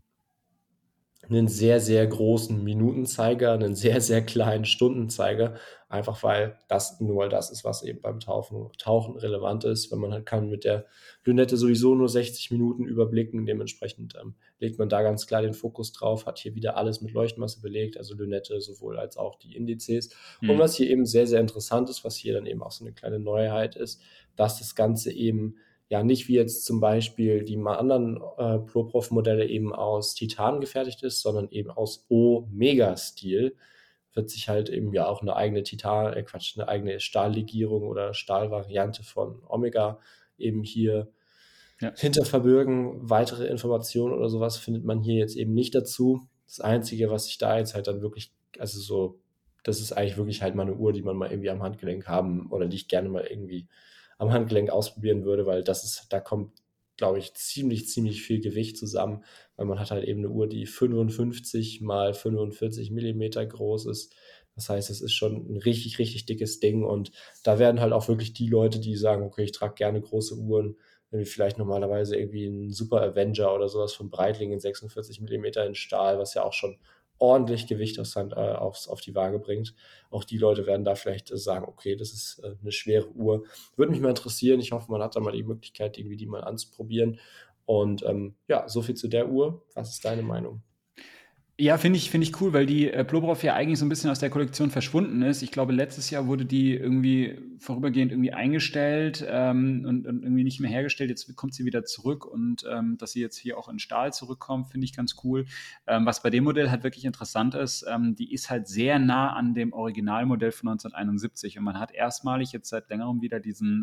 einen sehr, sehr großen Minutenzeiger, einen sehr, sehr kleinen Stundenzeiger, einfach weil das nun mal das ist, was eben beim Tauchen relevant ist. Wenn man halt kann mit der Lünette sowieso nur 60 Minuten überblicken, dementsprechend legt man da ganz klar den Fokus drauf, hat hier wieder alles mit Leuchtmasse belegt, also Lünette sowohl als auch die Indizes. Und Mhm. was hier eben sehr, sehr interessant ist, was hier dann eben auch so eine kleine Neuheit ist, dass das Ganze eben ja nicht wie jetzt zum Beispiel die anderen Pro-Prof-Modelle eben aus Titan gefertigt ist, sondern eben aus Omega-Stil. Wird sich halt eben ja auch eine eigene eine eigene Stahllegierung oder Stahlvariante von Omega eben hier Ja. hinter verbirgen. Weitere Informationen oder sowas findet man hier jetzt eben nicht dazu. Das Einzige, was ich da jetzt halt dann wirklich, also so, das ist eigentlich wirklich halt mal eine Uhr, die man mal irgendwie am Handgelenk haben oder die ich gerne mal irgendwie am Handgelenk ausprobieren würde, weil da kommt, glaube ich, ziemlich, ziemlich viel Gewicht zusammen, weil man hat halt eben eine Uhr, die 55 mal 45 Millimeter groß ist. Das heißt, es ist schon ein richtig, richtig dickes Ding und da werden halt auch wirklich die Leute, die sagen: „Okay, ich trage gerne große Uhren", wenn wir vielleicht normalerweise irgendwie 'n Super Avenger oder sowas von Breitling in 46 Millimeter in Stahl, was ja auch schon ordentlich Gewicht auf die Waage bringt. Auch die Leute werden da vielleicht sagen: „Okay, das ist 'ne schwere Uhr." Würde mich mal interessieren. Ich hoffe, man hat da mal die Möglichkeit, irgendwie die mal anzuprobieren. Und, ja, so viel zu der Uhr. Was ist deine Meinung? Ja, finde ich cool, weil die, Plobrov ja eigentlich so ein bisschen aus der Kollektion verschwunden ist. Ich glaube, letztes Jahr wurde die irgendwie vorübergehend irgendwie eingestellt, und irgendwie nicht mehr hergestellt. Jetzt kommt sie wieder zurück und, dass sie jetzt hier auch in Stahl zurückkommt, finde ich ganz cool. Was bei dem Modell halt wirklich interessant ist, die ist halt sehr nah an dem Originalmodell von 1971 und man hat erstmalig jetzt seit Längerem wieder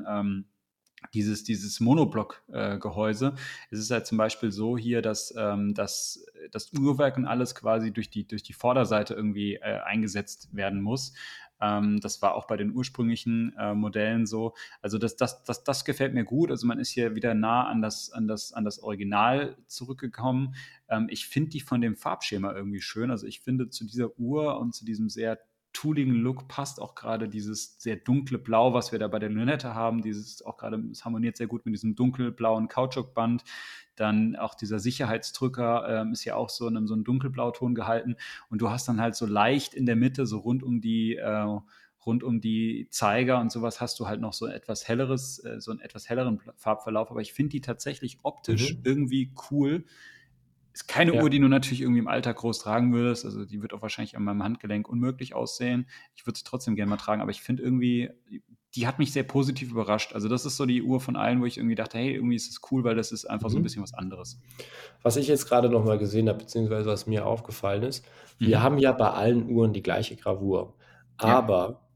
dieses Monoblock-Gehäuse. Es ist halt zum Beispiel so hier, dass das Uhrwerk und alles quasi durch die Vorderseite irgendwie eingesetzt werden muss. Das war auch bei den ursprünglichen Modellen so. Also das gefällt mir gut. Also man ist hier wieder nah an das Original zurückgekommen. Ich finde die von dem Farbschema irgendwie schön. Also ich finde zu dieser Uhr und zu diesem sehr tooligen Look passt auch gerade dieses sehr dunkle Blau, was wir da bei der Lunette haben. Dieses auch gerade, es harmoniert sehr gut mit diesem dunkelblauen Kautschukband. Dann auch dieser Sicherheitsdrücker ist ja auch so einem dunkelblauton gehalten. Und du hast dann halt so leicht in der Mitte, so rund um die Zeiger und sowas hast du halt noch so einen etwas helleren Farbverlauf. Aber ich finde die tatsächlich optisch Mhm. irgendwie cool. Ist keine Uhr, Ja. die du natürlich irgendwie im Alltag groß tragen würdest. Also die wird auch wahrscheinlich an meinem Handgelenk unmöglich aussehen. Ich würde sie trotzdem gerne mal tragen, aber ich finde irgendwie, die hat mich sehr positiv überrascht. Also das ist so die Uhr von allen, wo ich irgendwie dachte, hey, irgendwie ist es cool, weil das ist einfach so ein bisschen Mhm. was anderes. Was ich jetzt gerade noch mal gesehen habe, beziehungsweise was mir aufgefallen ist, wir Mhm. haben ja bei allen Uhren die gleiche Gravur, Ja. aber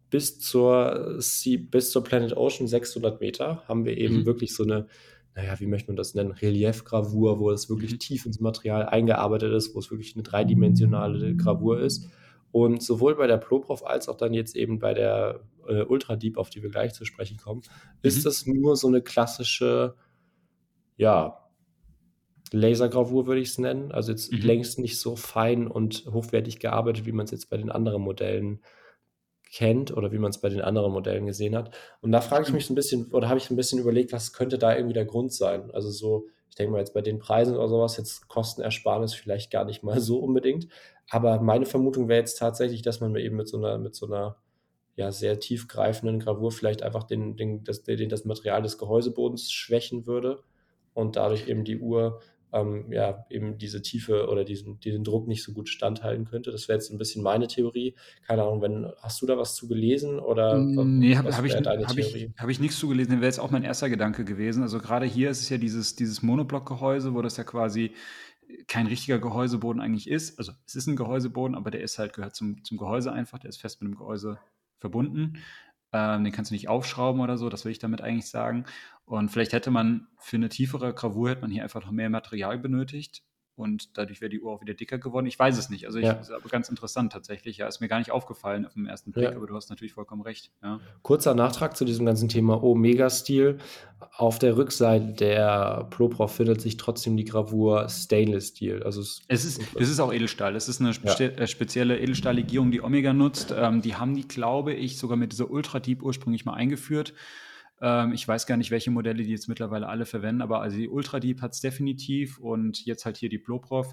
bis zur Planet Ocean 600 Meter haben wir eben Mhm. wirklich so eine, naja, wie möchte man das nennen, Reliefgravur, wo es wirklich Mhm. tief ins Material eingearbeitet ist, wo es wirklich eine dreidimensionale Gravur ist. Und sowohl bei der Ploprof als auch dann jetzt eben bei der, Ultra Deep, auf die wir gleich zu sprechen kommen, ist Mhm. das nur so eine klassische, ja, Lasergravur würde ich es nennen. Also, jetzt Mhm. längst nicht so fein und hochwertig gearbeitet, wie man es jetzt bei den anderen Modellen kennt oder wie man es bei den anderen Modellen gesehen hat. Und da frage ich mich Stimmt. so 'n bisschen oder habe ich so 'n bisschen überlegt, was könnte da irgendwie der Grund sein? Also, so, ich denke mal jetzt bei den Preisen oder so was, jetzt Kostenersparnis vielleicht gar nicht mal so unbedingt. Aber meine Vermutung wäre jetzt tatsächlich, dass man eben mit so 'ner, ja, sehr tiefgreifenden Gravur vielleicht einfach das Material des Gehäusebodens schwächen würde und dadurch eben die Uhr, ja, eben diese Tiefe oder diesen Druck nicht so gut standhalten könnte. Das wäre jetzt so 'n bisschen meine Theorie. Keine Ahnung, wenn hast du da was zu gelesen oder Ne, habe was hab ich, wäre deine hab ich, Theorie? hab ich nichts zugelesen. Wäre jetzt auch mein erster Gedanke gewesen. Also gerade hier ist es ja dieses Monoblock-Gehäuse, wo das ja quasi kein richtiger Gehäuseboden eigentlich ist. Also es ist ein Gehäuseboden, aber der ist halt, gehört zum Gehäuse einfach, der ist fest mit dem Gehäuse verbunden. Den kannst du nicht aufschrauben oder so, das will ich damit eigentlich sagen. Und vielleicht hätte man für eine tiefere Gravur hätte man hier einfach noch mehr Material benötigt und dadurch wäre die Uhr auch wieder dicker geworden. Ich weiß es nicht. Also ist Ja, aber ganz interessant tatsächlich. Ja, ist mir gar nicht aufgefallen auf den ersten Blick, ja. aber du hast natürlich vollkommen recht. Ja. Kurzer Nachtrag zu diesem ganzen Thema Omega-Stil. Auf der Rückseite der Pro-Prof findet sich trotzdem die Gravur Stainless Steel. Also, es ist Das ist interess auch Edelstahl. Das ist eine ja. spezielle Edelstahllegierung, die Omega nutzt. Die haben die, glaube ich, sogar mit dieser Ultra Deep ursprünglich mal eingeführt. Ich weiß gar nicht, welche Modelle die jetzt mittlerweile alle verwenden, aber also die Ultra Deep hat es definitiv und jetzt halt hier die Ploprof.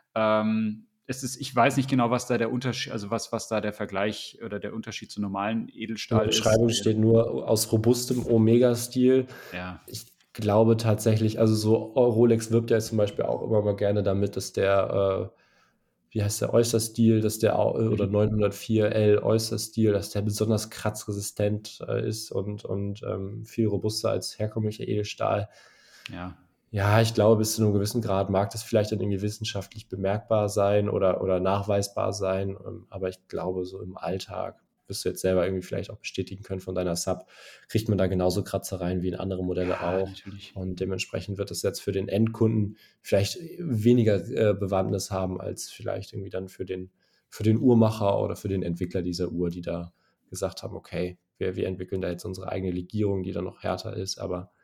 Ich weiß nicht genau, was da der Unterschied, also was da der Vergleich oder der Unterschied zu normalen In der Edelstahl ist. Beschreibung steht nur aus robustem Omega-Stil. Ja. Ich glaube tatsächlich, also so Rolex wirbt ja zum Beispiel auch immer mal gerne damit, dass der, wie heißt der, Oyster-Stil, dass der oder Mhm. 904L Oyster-Stil, dass der besonders kratzresistent ist und viel robuster als herkömmlicher Edelstahl. Ja. Ja, ich glaube, bis zu einem gewissen Grad mag das vielleicht dann irgendwie wissenschaftlich bemerkbar sein oder nachweisbar sein, aber ich glaube, so im Alltag, wirst du jetzt selber irgendwie vielleicht auch bestätigen können von deiner Sub, kriegt man da genauso Kratzereien wie in andere Modelle Ja, auch. natürlich. Und dementsprechend wird es jetzt für den Endkunden vielleicht weniger Bewandtnis haben als vielleicht irgendwie dann für den Uhrmacher oder für den Entwickler dieser Uhr, die da gesagt haben, okay, wir entwickeln da jetzt unsere eigene Legierung, die dann noch härter ist, aber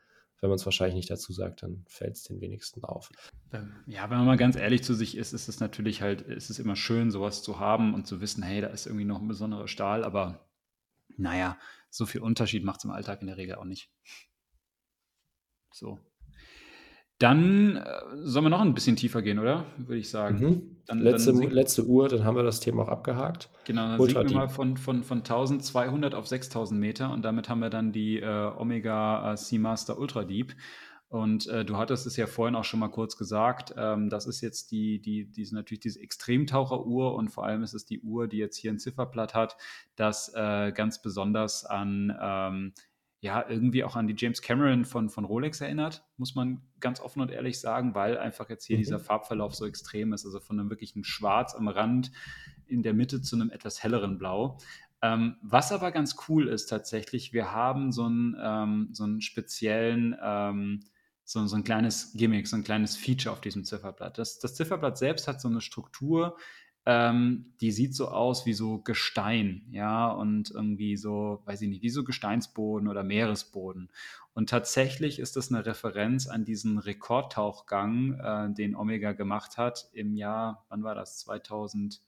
wenn man es wahrscheinlich nicht dazu sagt, dann fällt es den wenigsten auf. Ja, wenn man mal ganz ehrlich zu sich ist es natürlich halt, ist es immer schön, sowas zu haben und zu wissen, hey, da ist irgendwie noch ein besonderer Stahl, aber naja, so viel Unterschied macht es im Alltag in der Regel auch nicht. So. Dann sollen wir noch ein bisschen tiefer gehen, oder? Würde ich sagen. Letzte, Dann sinken, letzte Uhr, dann haben wir das Thema auch abgehakt. genau, dann Ultra sinken wir mal Deep. von 1200 auf 6000 Meter und damit haben wir dann die Omega Seamaster Ultra Deep. Und du hattest es ja vorhin auch schon mal kurz gesagt, das ist jetzt natürlich diese Extremtaucheruhr und vor allem ist es die Uhr, die jetzt hier ein Zifferblatt hat, das ganz besonders an, ja, irgendwie auch an die James Cameron von Rolex erinnert, muss man ganz offen und ehrlich sagen, weil einfach jetzt hier dieser Mhm. Farbverlauf so extrem ist, also von einem wirklichen Schwarz am Rand in der Mitte zu einem etwas helleren Blau. Was aber ganz cool ist tatsächlich, wir haben so einen speziellen, so ein kleines Gimmick, so ein kleines Feature auf diesem Zifferblatt. Das Zifferblatt selbst hat so eine Struktur, die sieht so aus wie so Gestein, ja, und irgendwie so, weiß ich nicht, wie so Gesteinsboden oder Meeresboden. Und tatsächlich ist das eine Referenz an diesen Rekordtauchgang, den Omega gemacht hat im Jahr, wann war das? 2018,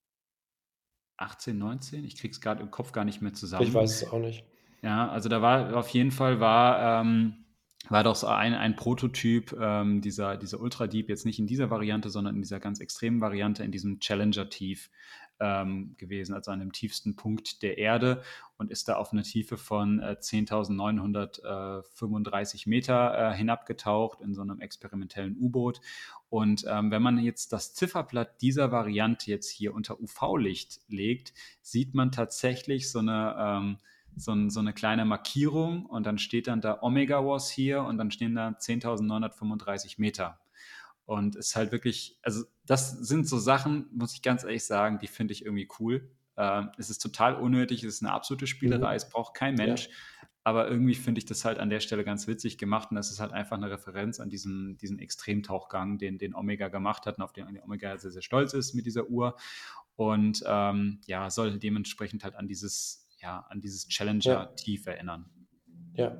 19? Ich krieg's gerade im Kopf gar nicht mehr Ich zusammen. weiß es auch nicht. Ja, also da war auf jeden Fall war doch so ein Prototyp dieser Ultra Deep, jetzt nicht in dieser Variante, sondern in dieser ganz extremen Variante, in diesem Challenger Tief gewesen, also an dem tiefsten Punkt der Erde und ist da auf eine Tiefe von 10.935 Meter hinabgetaucht in so einem experimentellen U-Boot. Und wenn man jetzt das Zifferblatt dieser Variante jetzt hier unter UV-Licht legt, sieht man tatsächlich so eine kleine Markierung und dann steht dann da Omega was hier und dann stehen da 10.935 Meter. Und es ist halt wirklich, also das sind so Sachen, muss ich ganz ehrlich sagen, die finde ich irgendwie cool. Es ist total unnötig, es ist eine absolute Spielerei, Mhm. es braucht kein Ja, Mensch. Aber irgendwie finde ich das halt an der Stelle ganz witzig gemacht und das ist halt einfach eine Referenz an diesen Extremtauchgang, den Omega gemacht hat und auf den Omega sehr, sehr stolz ist mit dieser Uhr. Und ja, soll dementsprechend halt an dieses ja, Challenger-Tief erinnern. ja.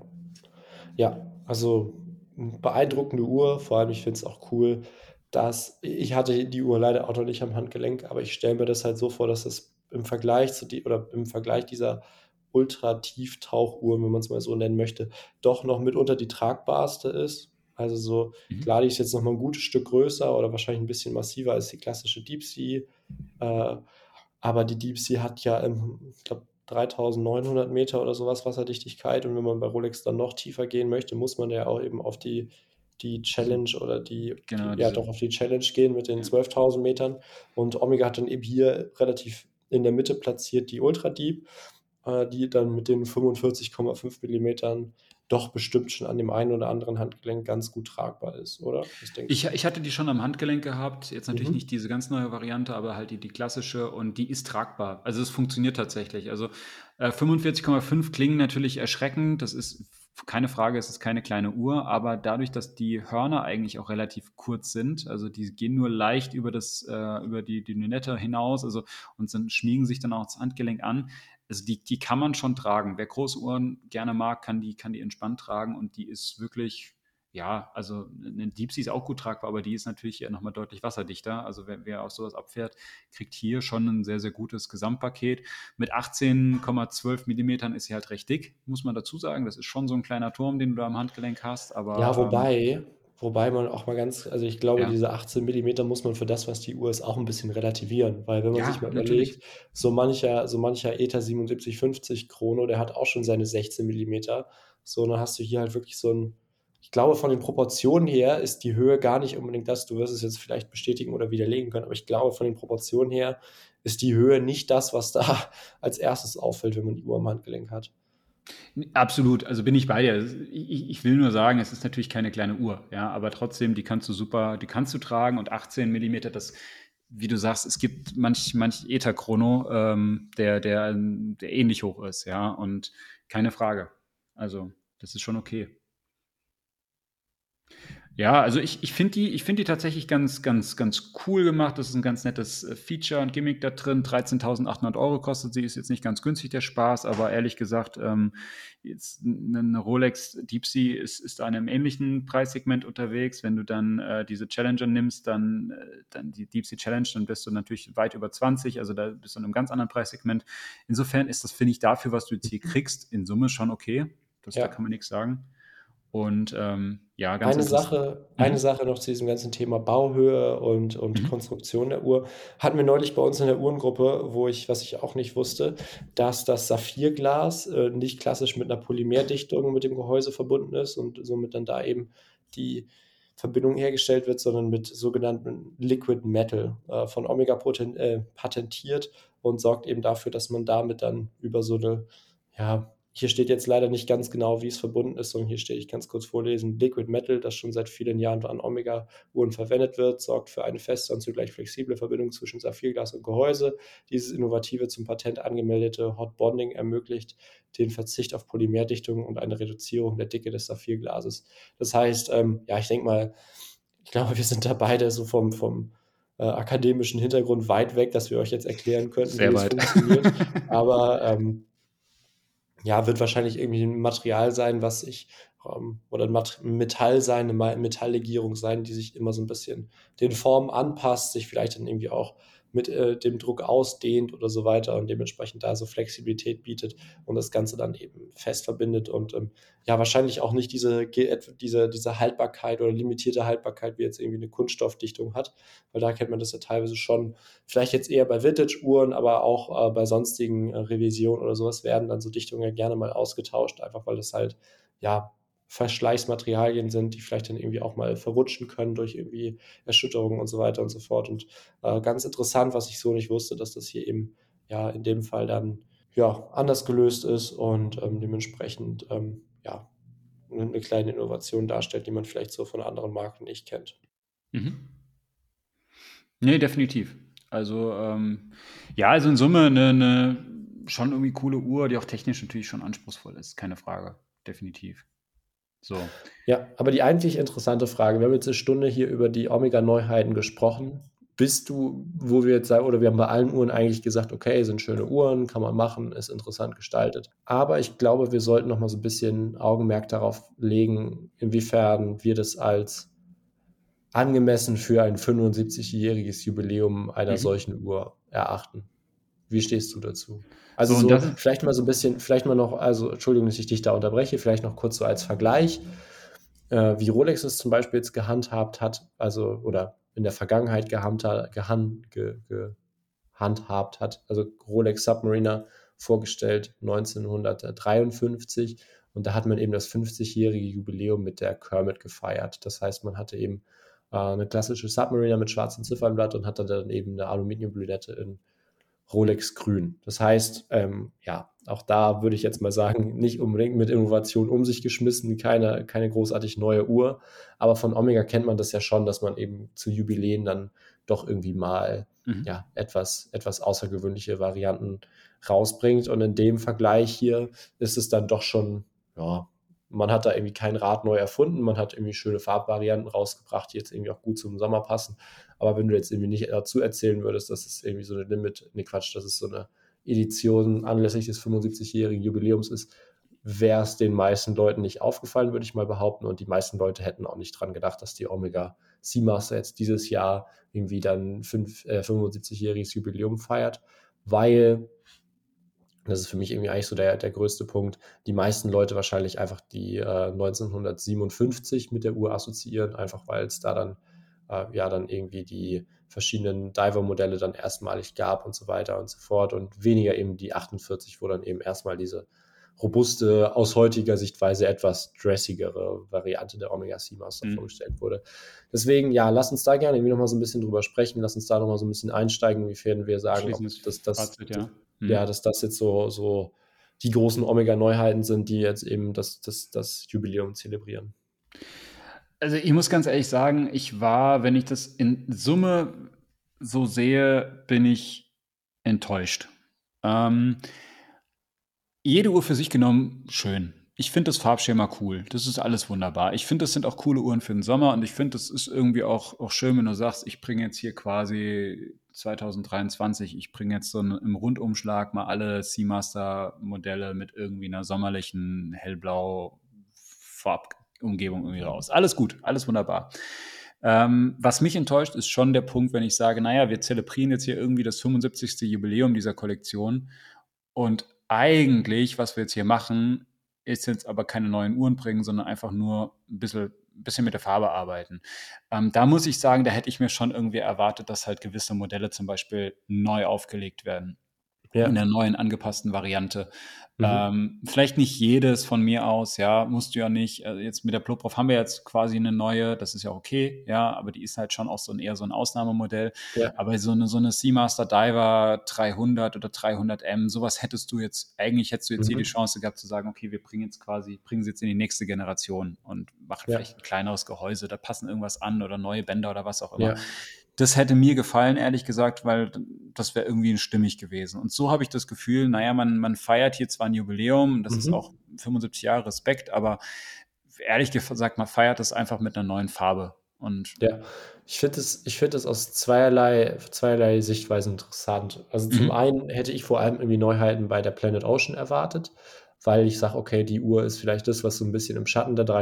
Ja, also beeindruckende Uhr. Vor allem, ich finde es auch cool, dass ich hatte die Uhr leider auch noch nicht am Handgelenk, aber ich stelle mir das halt so vor, dass es im Vergleich zu die oder im Vergleich dieser Ultra-Tieftauchuhren, wenn man es mal so nennen möchte, doch noch mitunter die tragbarste ist. Also so, klar, Mhm. die ist jetzt noch mal ein gutes Stück größer oder wahrscheinlich ein bisschen massiver als die klassische Deep Sea. Äh, aber die Deep Sea hat ja, ich glaube, 3.900 Meter oder sowas Wasserdichtigkeit. Und wenn man bei Rolex dann noch tiefer gehen möchte, muss man ja auch eben auf die Diese, Challenge oder genau, ja, diese, doch auf die Challenge gehen mit den ja. 12.000 Metern. Und Omega hat dann eben hier relativ in der Mitte platziert die Ultra Deep, die dann mit den 45,5 Millimetern doch bestimmt schon an dem einen oder anderen Handgelenk ganz gut tragbar ist, oder? Was denkst du? Ich hatte die schon am Handgelenk gehabt, jetzt natürlich Mhm. nicht diese ganz neue Variante, aber halt die klassische und die ist tragbar. Also es funktioniert tatsächlich. Also 45,5 klingen natürlich erschreckend, das ist keine Frage, es ist keine kleine Uhr, aber dadurch, dass die Hörner eigentlich auch relativ kurz sind, also die gehen nur leicht über die Lünette hinaus, also und schmiegen sich dann auch das Handgelenk an. Also die kann man schon tragen. Wer große Uhren gerne mag, kann die entspannt tragen und die ist wirklich, ja, also eine Deep Sea ist auch gut tragbar, aber die ist natürlich nochmal deutlich wasserdichter. Also wer auf sowas abfährt, kriegt hier schon ein sehr, sehr gutes Gesamtpaket. Mit 18,12 Millimetern ist sie halt recht dick, muss man dazu sagen. Das ist schon so ein kleiner Turm, den du da am Handgelenk hast, Ja, aber wobei man auch mal ganz, also ich glaube, ja, diese 18 Millimeter muss man für das, was die Uhr ist, auch ein bisschen relativieren, weil wenn man sich ja, mal natürlich. überlegt, so mancher ETA 7750 Chrono, der hat auch schon seine 16 Millimeter. So, dann hast du hier halt wirklich so ein, ich glaube, von den Proportionen her ist die Höhe gar nicht unbedingt das, du wirst es jetzt vielleicht bestätigen oder widerlegen können, aber ich glaube, von den Proportionen her ist die Höhe nicht das, was da als erstes auffällt, wenn man die Uhr am Handgelenk hat. Absolut, also bin ich bei dir. Ich will nur sagen, es ist natürlich keine kleine Uhr, ja, aber trotzdem, die kannst du tragen und 18 Millimeter, das, wie du sagst, es gibt manch Ether-Chrono, der ähnlich hoch ist, ja, und keine Frage. Also, das ist schon okay. Ja, also ich finde die tatsächlich ganz cool gemacht. Das ist ein ganz nettes Feature und Gimmick da drin. 13.800 € kostet sie, ist jetzt nicht ganz günstig, der Spaß, aber ehrlich gesagt, jetzt eine Rolex Deep Sea ist da in einem ähnlichen Preissegment unterwegs. Wenn du dann diese Challenger nimmst, dann die Deep Sea Challenge, dann bist du natürlich weit über 20, also da bist du in einem ganz anderen Preissegment. Insofern ist das, finde ich, dafür, was du jetzt hier kriegst, in Summe schon okay. Da Ja. kann man nichts sagen. Und ja, ganz Eine interessant. Sache eine Mhm. Sache noch zu diesem ganzen Thema Bauhöhe und Mhm. Konstruktion der Uhr. Hatten wir neulich bei uns in der Uhrengruppe, was ich auch nicht wusste, dass das Saphirglas, nicht klassisch mit 'ner Polymerdichtung mit dem Gehäuse verbunden ist und somit dann da eben die Verbindung hergestellt wird, sondern mit sogenanntem Liquid Metal, von Omega patentiert und sorgt eben dafür, dass man damit dann über so 'ne, ja, hier steht jetzt leider nicht ganz genau, wie es verbunden ist, sondern hier steht, ich kann's kurz vorlesen: Liquid Metal, das schon seit vielen Jahren an Omega-Uhren verwendet wird, sorgt für eine feste und zugleich flexible Verbindung zwischen Saphirglas und Gehäuse. Dieses innovative, zum Patent angemeldete Hot Bonding ermöglicht den Verzicht auf Polymerdichtung und eine Reduzierung der Dicke des Saphirglases. Das heißt, ja, ich denke mal, ich glaube, wir sind da beide so vom akademischen Hintergrund weit weg, dass wir euch jetzt erklären könnten, wie Sehr es weit. funktioniert. Aber, ja, wird wahrscheinlich irgendwie 'n Material sein, was sich oder 'n Metall sein, 'ne Metalllegierung sein, die sich immer so 'n bisschen den Formen anpasst, sich vielleicht dann irgendwie auch mit, dem Druck ausdehnt oder so weiter und dementsprechend da so Flexibilität bietet und das Ganze dann eben fest verbindet und, ja, wahrscheinlich auch nicht diese Haltbarkeit oder limitierte Haltbarkeit wie jetzt irgendwie 'ne Kunststoffdichtung hat, weil da kennt man das ja teilweise schon. Vielleicht jetzt eher bei Vintage-Uhren, aber auch, bei sonstigen, Revisionen oder sowas werden dann so Dichtungen ja gerne mal ausgetauscht, einfach weil das halt, ja, Verschleißmaterialien sind, die vielleicht dann irgendwie auch mal verrutschen können durch irgendwie Erschütterungen und so weiter und so fort. Und, ganz interessant, was ich so nicht wusste, dass das hier eben, ja, in dem Fall dann, ja, anders gelöst ist und, dementsprechend, ja, 'ne kleine Innovation darstellt, die man vielleicht so von anderen Marken nicht kennt. Mhm. Ne, definitiv. Also, ja, also in Summe eine schon irgendwie coole Uhr, die auch technisch natürlich schon anspruchsvoll ist, keine Frage. Definitiv. So. Ja, aber die eigentlich interessante Frage, wir haben jetzt 'ne Stunde hier über die Omega-Neuheiten gesprochen. Bist du, wo wir jetzt sagen, oder wir haben bei allen Uhren eigentlich gesagt: „Okay, sind schöne Uhren, kann man machen, ist interessant gestaltet." Aber ich glaube, wir sollten noch mal so 'n bisschen Augenmerk darauf legen, inwiefern wir das als angemessen für ein 75-jähriges Jubiläum einer Mhm. solchen Uhr erachten. Wie stehst du dazu? Also, So, und so das ist vielleicht mal so 'n bisschen, vielleicht mal noch, also, Entschuldigung, dass ich dich da unterbreche, vielleicht noch kurz so als Vergleich, wie Rolex es zum Beispiel jetzt gehandhabt hat, also, oder in der Vergangenheit gehandhabt hat. Also, Rolex Submariner vorgestellt 1953 und da hat man eben das 50-jährige Jubiläum mit der Kermit gefeiert. Das heißt, man hatte eben, 'ne klassische Submariner mit schwarzem Ziffernblatt und hatte dann eben 'ne Aluminiumlünette in Rolex grün. Das heißt, ja, auch da würde ich jetzt mal sagen, nicht unbedingt mit Innovation um sich geschmissen, keine großartig neue Uhr. Aber von Omega kennt man das ja schon, dass man eben zu Jubiläen dann doch irgendwie mal, mhm. ja, etwas außergewöhnliche Varianten rausbringt. Und in dem Vergleich hier ist es dann doch schon, ja, man hat da irgendwie kein Rad neu erfunden. Man hat irgendwie schöne Farbvarianten rausgebracht, die jetzt irgendwie auch gut zum Sommer passen. Aber wenn du jetzt irgendwie nicht dazu erzählen würdest, dass es irgendwie so eine Quatsch, dass es so eine Edition anlässlich des 75-jährigen Jubiläums ist, wäre es den meisten Leuten nicht aufgefallen, würde ich mal behaupten. Und die meisten Leute hätten auch nicht dran gedacht, dass die Omega Seamaster jetzt dieses Jahr irgendwie dann 75-jähriges Jubiläum feiert, weil, das ist für mich irgendwie eigentlich so der größte Punkt, die meisten Leute wahrscheinlich einfach die 1957 mit der Uhr assoziieren, einfach weil es da dann, ja, dann irgendwie die verschiedenen Diver-Modelle dann erstmalig gab und so weiter und so fort und weniger eben die 48, wo dann eben erstmal diese robuste, aus heutiger Sichtweise etwas dressigere Variante der Omega Seamaster Mhm. vorgestellt wurde. Deswegen, ja, lass uns da gerne irgendwie noch mal so ein bisschen drüber sprechen. Lass uns da noch mal so ein bisschen einsteigen, inwiefern wir sagen, ob Abschließendes das Fazit, ja. ja, Mhm. dass das jetzt so die großen Omega-Neuheiten sind, die jetzt eben das Jubiläum zelebrieren. Also, ich muss ganz ehrlich sagen, wenn ich das in Summe so sehe, bin ich enttäuscht. Ähm, Jede Uhr für sich genommen schön. Ich finde das Farbschema cool. Das ist alles wunderbar. Ich finde, das sind auch coole Uhren für den Sommer und ich finde, das ist irgendwie auch schön, wenn du sagst, ich bringe jetzt hier quasi 2023, ich bringe jetzt so im Rundumschlag mal alle Seamaster-Modelle mit irgendwie einer sommerlichen hellblau Farbumgebung irgendwie raus. Alles gut, alles wunderbar. Was mich enttäuscht, ist schon der Punkt, wenn ich sage, naja, wir zelebrieren jetzt hier irgendwie das 75. Jubiläum dieser Kollektion und eigentlich, was wir jetzt hier machen, ist jetzt aber keine neuen Uhren bringen, sondern einfach nur bisschen mit der Farbe arbeiten. Da muss ich sagen, da hätte ich mir schon irgendwie erwartet, dass halt gewisse Modelle zum Beispiel neu aufgelegt werden in Ja. der neuen angepassten Variante. Mhm. Vielleicht nicht jedes von mir aus, ja, musst du ja nicht. Jetzt mit der Plotprof haben wir jetzt quasi eine neue, das ist ja okay, ja, aber die ist halt schon auch eher so ein Ausnahmemodell. Ja. Aber so eine Seamaster Diver 300 oder 300M, sowas hättest du jetzt hier die Mhm. Chance gehabt zu sagen, okay, bringen sie jetzt in die nächste Generation und machen Ja. vielleicht ein kleineres Gehäuse, da passen irgendwas an oder neue Bänder oder was auch immer. Ja. Das hätte mir gefallen, ehrlich gesagt, weil das wäre irgendwie stimmig gewesen. Und so habe ich das Gefühl, naja, man feiert hier zwar ein Jubiläum, das ist auch Mhm. 75 Jahre Respekt, aber ehrlich gesagt, man feiert das einfach mit einer neuen Farbe. Und Ja, ich finde das aus zweierlei Sichtweisen interessant. Also, zum mhm, einen hätte ich vor allem irgendwie Neuheiten bei der Planet Ocean erwartet, weil ich sage: „Okay, die Uhr ist vielleicht das, was so 'n bisschen im Schatten der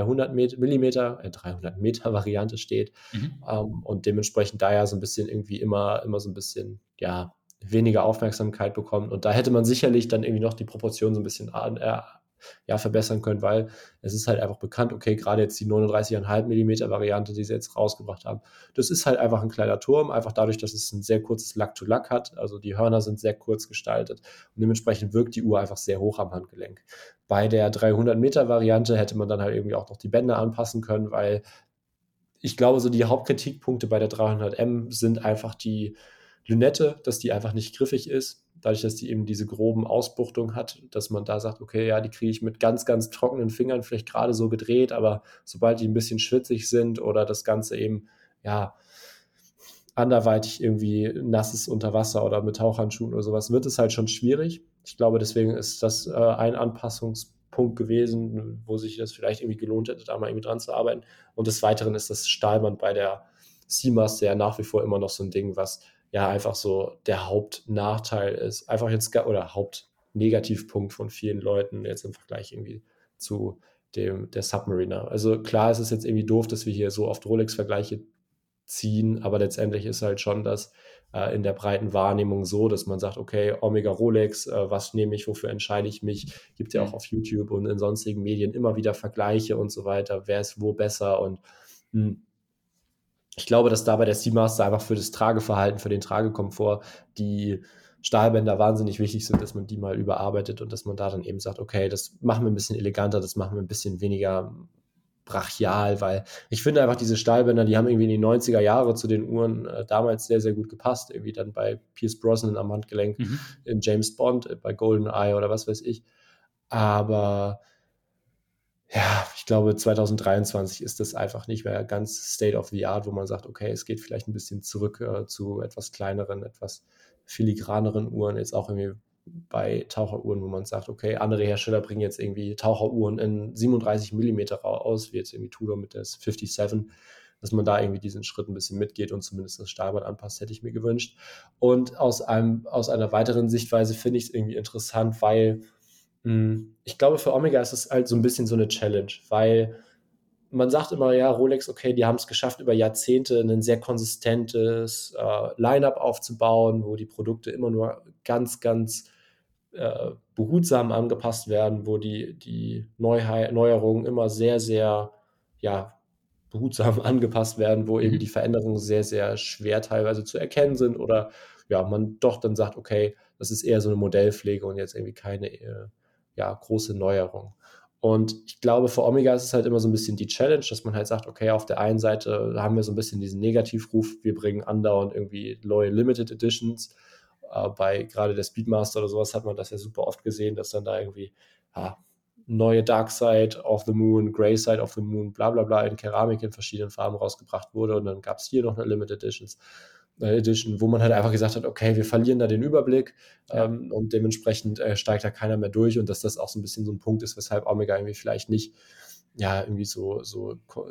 300 Meter Variante steht", mhm, und dementsprechend da ja so 'n bisschen irgendwie immer so 'n bisschen, ja, weniger Aufmerksamkeit bekommt. Und da hätte man sicherlich dann irgendwie noch die Proportion so 'n bisschen ja, verbessern können, weil es ist halt einfach bekannt, okay, gerade jetzt die 39,5 Millimeter Variante, die sie jetzt rausgebracht haben, das ist halt einfach ein kleiner Turm, einfach dadurch, dass es ein sehr kurzes Lack-to-Lack hat. Also die Hörner sind sehr kurz gestaltet und dementsprechend wirkt die Uhr einfach sehr hoch am Handgelenk. Bei der 300 Meter Variante hätte man dann halt irgendwie auch noch die Bänder anpassen können, weil ich glaube, so die Hauptkritikpunkte bei der 300M sind einfach die Lünette, dass die einfach nicht griffig ist. Dadurch, dass die eben diese groben Ausbuchtungen hat, dass man da sagt, okay, ja, die kriege ich mit ganz, ganz trockenen Fingern vielleicht gerade so gedreht, aber sobald die ein bisschen schwitzig sind oder das Ganze eben, ja, anderweitig irgendwie nass ist unter Wasser oder mit Tauchhandschuhen oder sowas, wird es halt schon schwierig. Ich glaube, deswegen ist das ein Anpassungspunkt gewesen, wo sich das vielleicht irgendwie gelohnt hätte, da mal irgendwie dran zu arbeiten. Und des Weiteren ist das Stahlband bei der Seamaster ja nach wie vor immer noch so ein Ding, was ja einfach so der Hauptnachteil ist. Einfach jetzt, oder Hauptnegativpunkt von vielen Leuten jetzt im Vergleich irgendwie zu der Submariner. Also klar, es ist jetzt irgendwie doof, dass wir hier so oft Rolex-Vergleiche ziehen, aber letztendlich ist halt schon das in der breiten Wahrnehmung so, dass man sagt, okay, Omega Rolex, was nehme ich, wofür entscheide ich mich? Gibt ja auch mhm, auf YouTube und in sonstigen Medien immer wieder Vergleiche und so weiter, wer ist wo besser und mh, ich glaube, dass da bei der Seamaster einfach für das Trageverhalten, für den Tragekomfort die Stahlbänder wahnsinnig wichtig sind, dass man die mal überarbeitet und dass man da dann eben sagt, okay, das machen wir ein bisschen eleganter, das machen wir ein bisschen weniger brachial, weil ich finde einfach diese Stahlbänder, die haben irgendwie in die 90er Jahre zu den Uhren damals sehr, sehr gut gepasst. Irgendwie dann bei Pierce Brosnan am Handgelenk, mhm. in James Bond, bei GoldenEye oder was weiß ich. Aber ja, ich glaube, 2023 ist das einfach nicht mehr ganz State of the Art, wo man sagt, okay, es geht vielleicht ein bisschen zurück zu etwas kleineren, etwas filigraneren Uhren, jetzt auch irgendwie bei Taucheruhren, wo man sagt, okay, andere Hersteller bringen jetzt irgendwie Taucheruhren in 37 Millimeter raus, wie jetzt irgendwie Tudor mit der 57, dass man da irgendwie diesen Schritt ein bisschen mitgeht und zumindest das Stahlband anpasst, hätte ich mir gewünscht. Und aus einer weiteren Sichtweise finde ich es irgendwie interessant, weil ich glaube, für Omega ist es halt so ein bisschen so eine Challenge, weil man sagt immer, ja, Rolex, okay, die haben es geschafft, über Jahrzehnte ein sehr konsistentes Line-up aufzubauen, wo die Produkte immer nur ganz, ganz behutsam angepasst werden, wo die Neuerungen immer sehr, sehr, ja, behutsam angepasst werden, wo eben die Mhm. Veränderungen sehr, sehr schwer teilweise zu erkennen sind oder ja, man doch dann sagt, okay, das ist eher so eine Modellpflege und jetzt irgendwie keine ja, große Neuerung. Und ich glaube, für Omega ist es halt immer so ein bisschen die Challenge, dass man halt sagt, okay, auf der einen Seite haben wir so ein bisschen diesen Negativruf, wir bringen andauernd irgendwie neue Limited Editions. Bei gerade der Speedmaster oder sowas hat man das ja super oft gesehen, dass dann da irgendwie ja, neue Dark Side of the Moon, Grey Side of the Moon, bla bla bla in Keramik in verschiedenen Farben rausgebracht wurde und dann gab es hier noch eine Limited Editions. Edition, wo man halt einfach gesagt hat, okay, wir verlieren da den Überblick, Ja. und dementsprechend steigt da keiner mehr durch und dass das auch so ein bisschen so ein Punkt ist, weshalb Omega irgendwie vielleicht nicht, ja, irgendwie so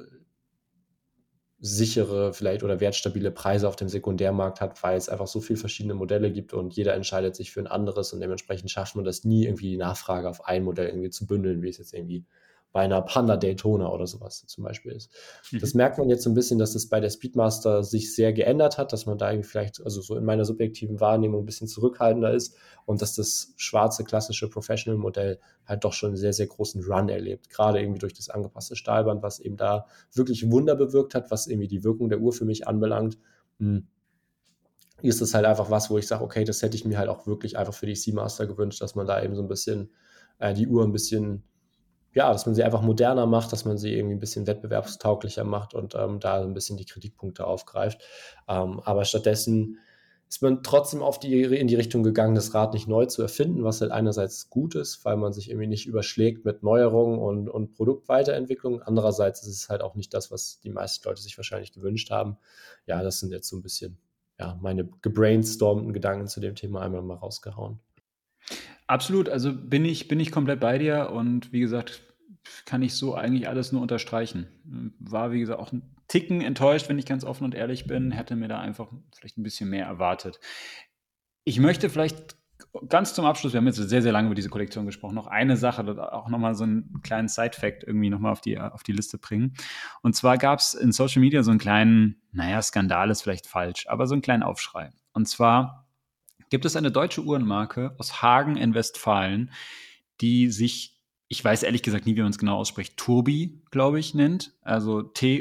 sichere vielleicht oder wertstabile Preise auf dem Sekundärmarkt hat, weil es einfach so viele verschiedene Modelle gibt und jeder entscheidet sich für ein anderes und dementsprechend schafft man das nie, irgendwie die Nachfrage auf ein Modell irgendwie zu bündeln, wie es jetzt irgendwie bei einer Panda Daytona oder sowas zum Beispiel ist. Das Mhm. merkt man jetzt so ein bisschen, dass das bei der Speedmaster sich sehr geändert hat, dass man da irgendwie vielleicht, also so in meiner subjektiven Wahrnehmung ein bisschen zurückhaltender ist und dass das schwarze klassische Professional-Modell halt doch schon einen sehr, sehr großen Run erlebt. Gerade irgendwie durch das angepasste Stahlband, was eben da wirklich Wunder bewirkt hat, was irgendwie die Wirkung der Uhr für mich anbelangt. Hm, ist es halt einfach was, wo ich sage, okay, das hätte ich mir halt auch wirklich einfach für die Seamaster gewünscht, dass man da eben so ein bisschen die Uhr ein bisschen, ja, dass man sie einfach moderner macht, dass man sie irgendwie ein bisschen wettbewerbstauglicher macht und da so ein bisschen die Kritikpunkte aufgreift. Aber stattdessen ist man trotzdem in die Richtung gegangen, das Rad nicht neu zu erfinden, was halt einerseits gut ist, weil man sich irgendwie nicht überschlägt mit Neuerungen und Produktweiterentwicklung. Andererseits ist es halt auch nicht das, was die meisten Leute sich wahrscheinlich gewünscht haben. Ja, das sind jetzt so ein bisschen, ja, meine gebrainstormten Gedanken zu dem Thema einmal mal rausgehauen. Absolut, also bin ich komplett bei dir und wie gesagt, kann ich so eigentlich alles nur unterstreichen. War, wie gesagt, auch ein Ticken enttäuscht, wenn ich ganz offen und ehrlich bin, hätte mir da einfach vielleicht ein bisschen mehr erwartet. Ich möchte vielleicht ganz zum Abschluss, wir haben jetzt sehr, sehr lange über diese Kollektion gesprochen, noch eine Sache, auch nochmal so einen kleinen Side-Fact irgendwie nochmal auf die Liste bringen. Und zwar gab es in Social Media so einen kleinen, naja, Skandal ist vielleicht falsch, aber so einen kleinen Aufschrei. Und zwar gibt es eine deutsche Uhrenmarke aus Hagen in Westfalen, die sich, ich weiß ehrlich gesagt nie, wie man es genau ausspricht, Turbi, glaube ich, nennt. Also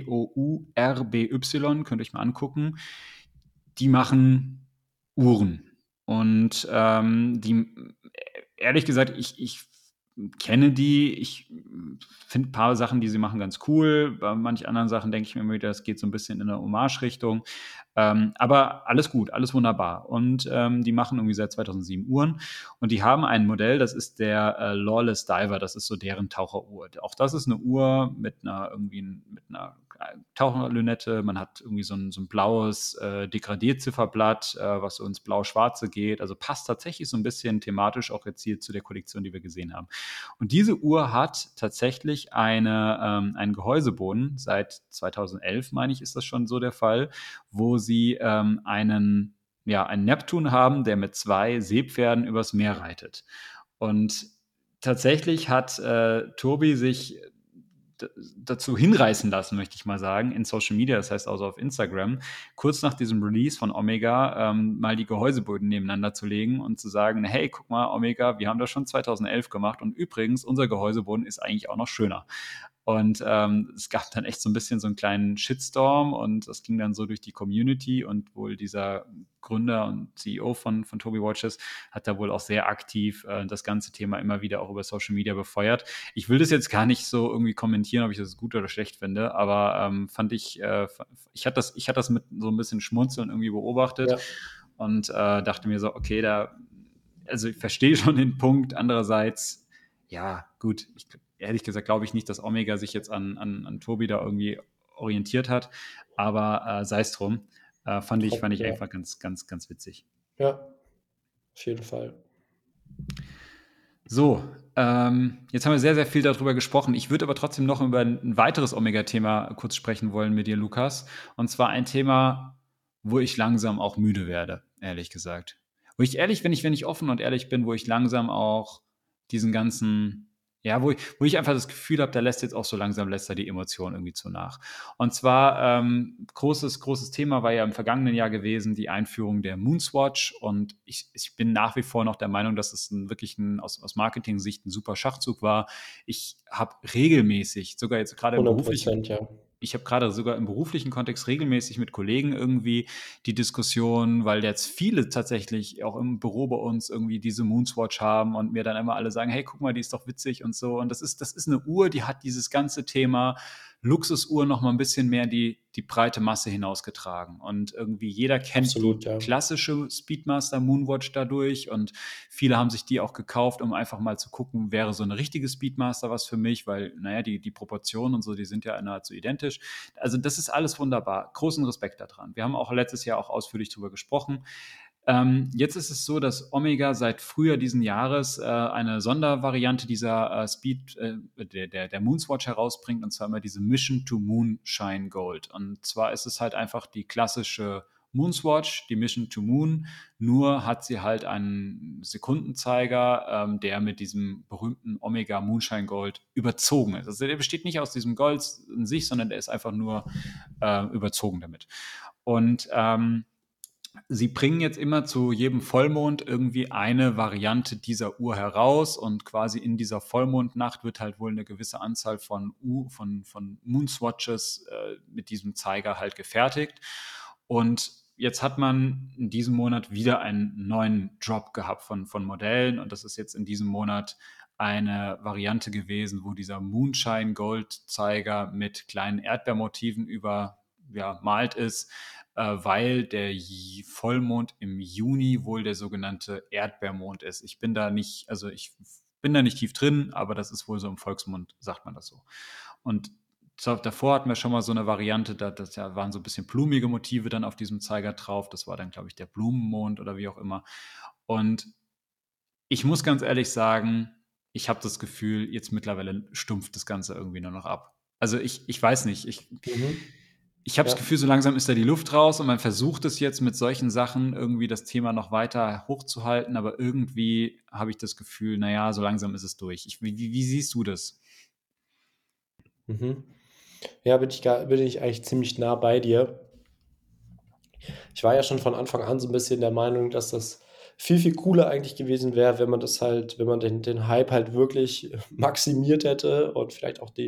Tourby, könnt ihr euch mal angucken. Die machen Uhren. Und die, ehrlich gesagt, ich kenne die, ich finde ein paar Sachen, die sie machen, ganz cool. Bei manchen anderen Sachen denke ich mir immer wieder, das geht so ein bisschen in eine Hommage-Richtung. Aber alles gut, alles wunderbar. Und die machen irgendwie seit 2007 Uhren. Und die haben ein Modell, das ist der Lawless Diver, das ist so deren Taucheruhr. Auch das ist eine Uhr mit einer Taucherlünette. Man hat irgendwie so ein blaues Degradierzifferblatt, was so ins Blau-Schwarze geht. Also passt tatsächlich so ein bisschen thematisch auch jetzt hier zu der Kollektion, die wir gesehen haben. Und diese Uhr hat tatsächlich einen Gehäuseboden. Seit 2011, meine ich, ist das schon so der Fall, wo sie einen Neptun haben, der mit 2 Seepferden übers Meer reitet. Und tatsächlich hat Tobi sich dazu hinreißen lassen, möchte ich mal sagen, in Social Media, das heißt also auf Instagram, kurz nach diesem Release von Omega mal die Gehäuseböden nebeneinander zu legen und zu sagen, hey, guck mal, Omega, wir haben das schon 2011 gemacht und übrigens, unser Gehäuseboden ist eigentlich auch noch schöner. Und es gab dann echt so ein bisschen so einen kleinen Shitstorm und das ging dann so durch die Community und wohl dieser Gründer und CEO von Tobii Watches hat da wohl auch sehr aktiv das ganze Thema immer wieder auch über Social Media befeuert. Ich will das jetzt gar nicht so irgendwie kommentieren, ob ich das gut oder schlecht finde, aber ich hatte das mit so ein bisschen Schmunzeln irgendwie beobachtet Ja, und dachte mir so, okay, also ich verstehe schon den Punkt. Andererseits, ja, gut, ehrlich gesagt glaube ich nicht, dass Omega sich jetzt an Tobi da irgendwie orientiert hat, aber sei es drum. Fand ich ja, einfach ganz, ganz, ganz witzig. ja, auf jeden Fall. So, jetzt haben wir sehr, sehr viel darüber gesprochen. Ich würde aber trotzdem noch über ein weiteres Omega-Thema kurz sprechen wollen mit dir, Lukas. Und zwar ein Thema, wo ich langsam auch müde werde, ehrlich gesagt. Wenn ich offen und ehrlich bin, wo ich langsam auch diesen ganzen, ja, wo ich einfach das Gefühl habe, da lässt da die Emotion irgendwie zu nach. Und zwar, großes, großes Thema war ja im vergangenen Jahr gewesen, die Einführung der Moonswatch. Und ich bin nach wie vor noch der Meinung, dass es aus Marketing-Sicht ein super Schachzug war. Ich habe regelmäßig, sogar jetzt gerade im beruflichen, 100%, ja. ich habe gerade sogar im beruflichen Kontext regelmäßig mit Kollegen irgendwie die Diskussion, weil jetzt viele tatsächlich auch im Büro bei uns irgendwie diese Moonswatch haben und mir dann immer alle sagen, hey, guck mal, die ist doch witzig und so. Und das ist eine Uhr, die hat dieses ganze Thema Luxusuhr noch mal ein bisschen mehr die breite Masse hinausgetragen. Und irgendwie jeder kennt die Absolut, ja. klassische Speedmaster Moonwatch dadurch und viele haben sich die auch gekauft, um einfach mal zu gucken, wäre so eine richtige Speedmaster was für mich, weil, naja, die Proportionen und so, die sind ja nahezu identisch. Also das ist alles wunderbar. Großen Respekt daran. Wir haben auch letztes Jahr auch ausführlich drüber gesprochen. Jetzt ist es so, dass Omega seit Frühjahr diesen Jahres eine Sondervariante dieser der Moonswatch herausbringt, und zwar immer diese Mission to Moonshine Gold. Und zwar ist es halt einfach die klassische Moonswatch, die Mission to Moon, nur hat sie halt einen Sekundenzeiger, der mit diesem berühmten Omega Moonshine Gold überzogen ist. Also der besteht nicht aus diesem Gold in sich, sondern der ist einfach nur überzogen damit. Und sie bringen jetzt immer zu jedem Vollmond irgendwie eine Variante dieser Uhr heraus, und quasi in dieser Vollmondnacht wird halt wohl eine gewisse Anzahl von Moonswatches mit diesem Zeiger halt gefertigt. Und jetzt hat man in diesem Monat wieder einen neuen Drop gehabt von Modellen, und das ist jetzt in diesem Monat eine Variante gewesen, wo dieser Moonshine Gold Zeiger mit kleinen Erdbeermotiven übermalt ist, weil der Vollmond im Juni wohl der sogenannte Erdbeermond ist. Ich bin da nicht, also ich bin da nicht tief drin, aber das ist wohl so im Volksmund, sagt man das so. Und davor hatten wir schon mal so eine Variante, das ja waren so ein bisschen blumige Motive dann auf diesem Zeiger drauf. Das war dann, glaube ich, der Blumenmond oder wie auch immer. Und ich muss ganz ehrlich sagen, ich habe das Gefühl, jetzt mittlerweile stumpft das Ganze irgendwie nur noch ab. Also ich weiß nicht, Mhm. ich habe das Ja. Gefühl, so langsam ist da die Luft raus und man versucht es jetzt mit solchen Sachen irgendwie das Thema noch weiter hochzuhalten, aber irgendwie habe ich das Gefühl, naja, so langsam ist es durch. Wie siehst du das? Mhm. Ja, bin ich eigentlich ziemlich nah bei dir. Ich war ja schon von Anfang an so ein bisschen der Meinung, dass das viel, viel cooler eigentlich gewesen wäre, wenn man den Hype halt wirklich maximiert hätte und vielleicht auch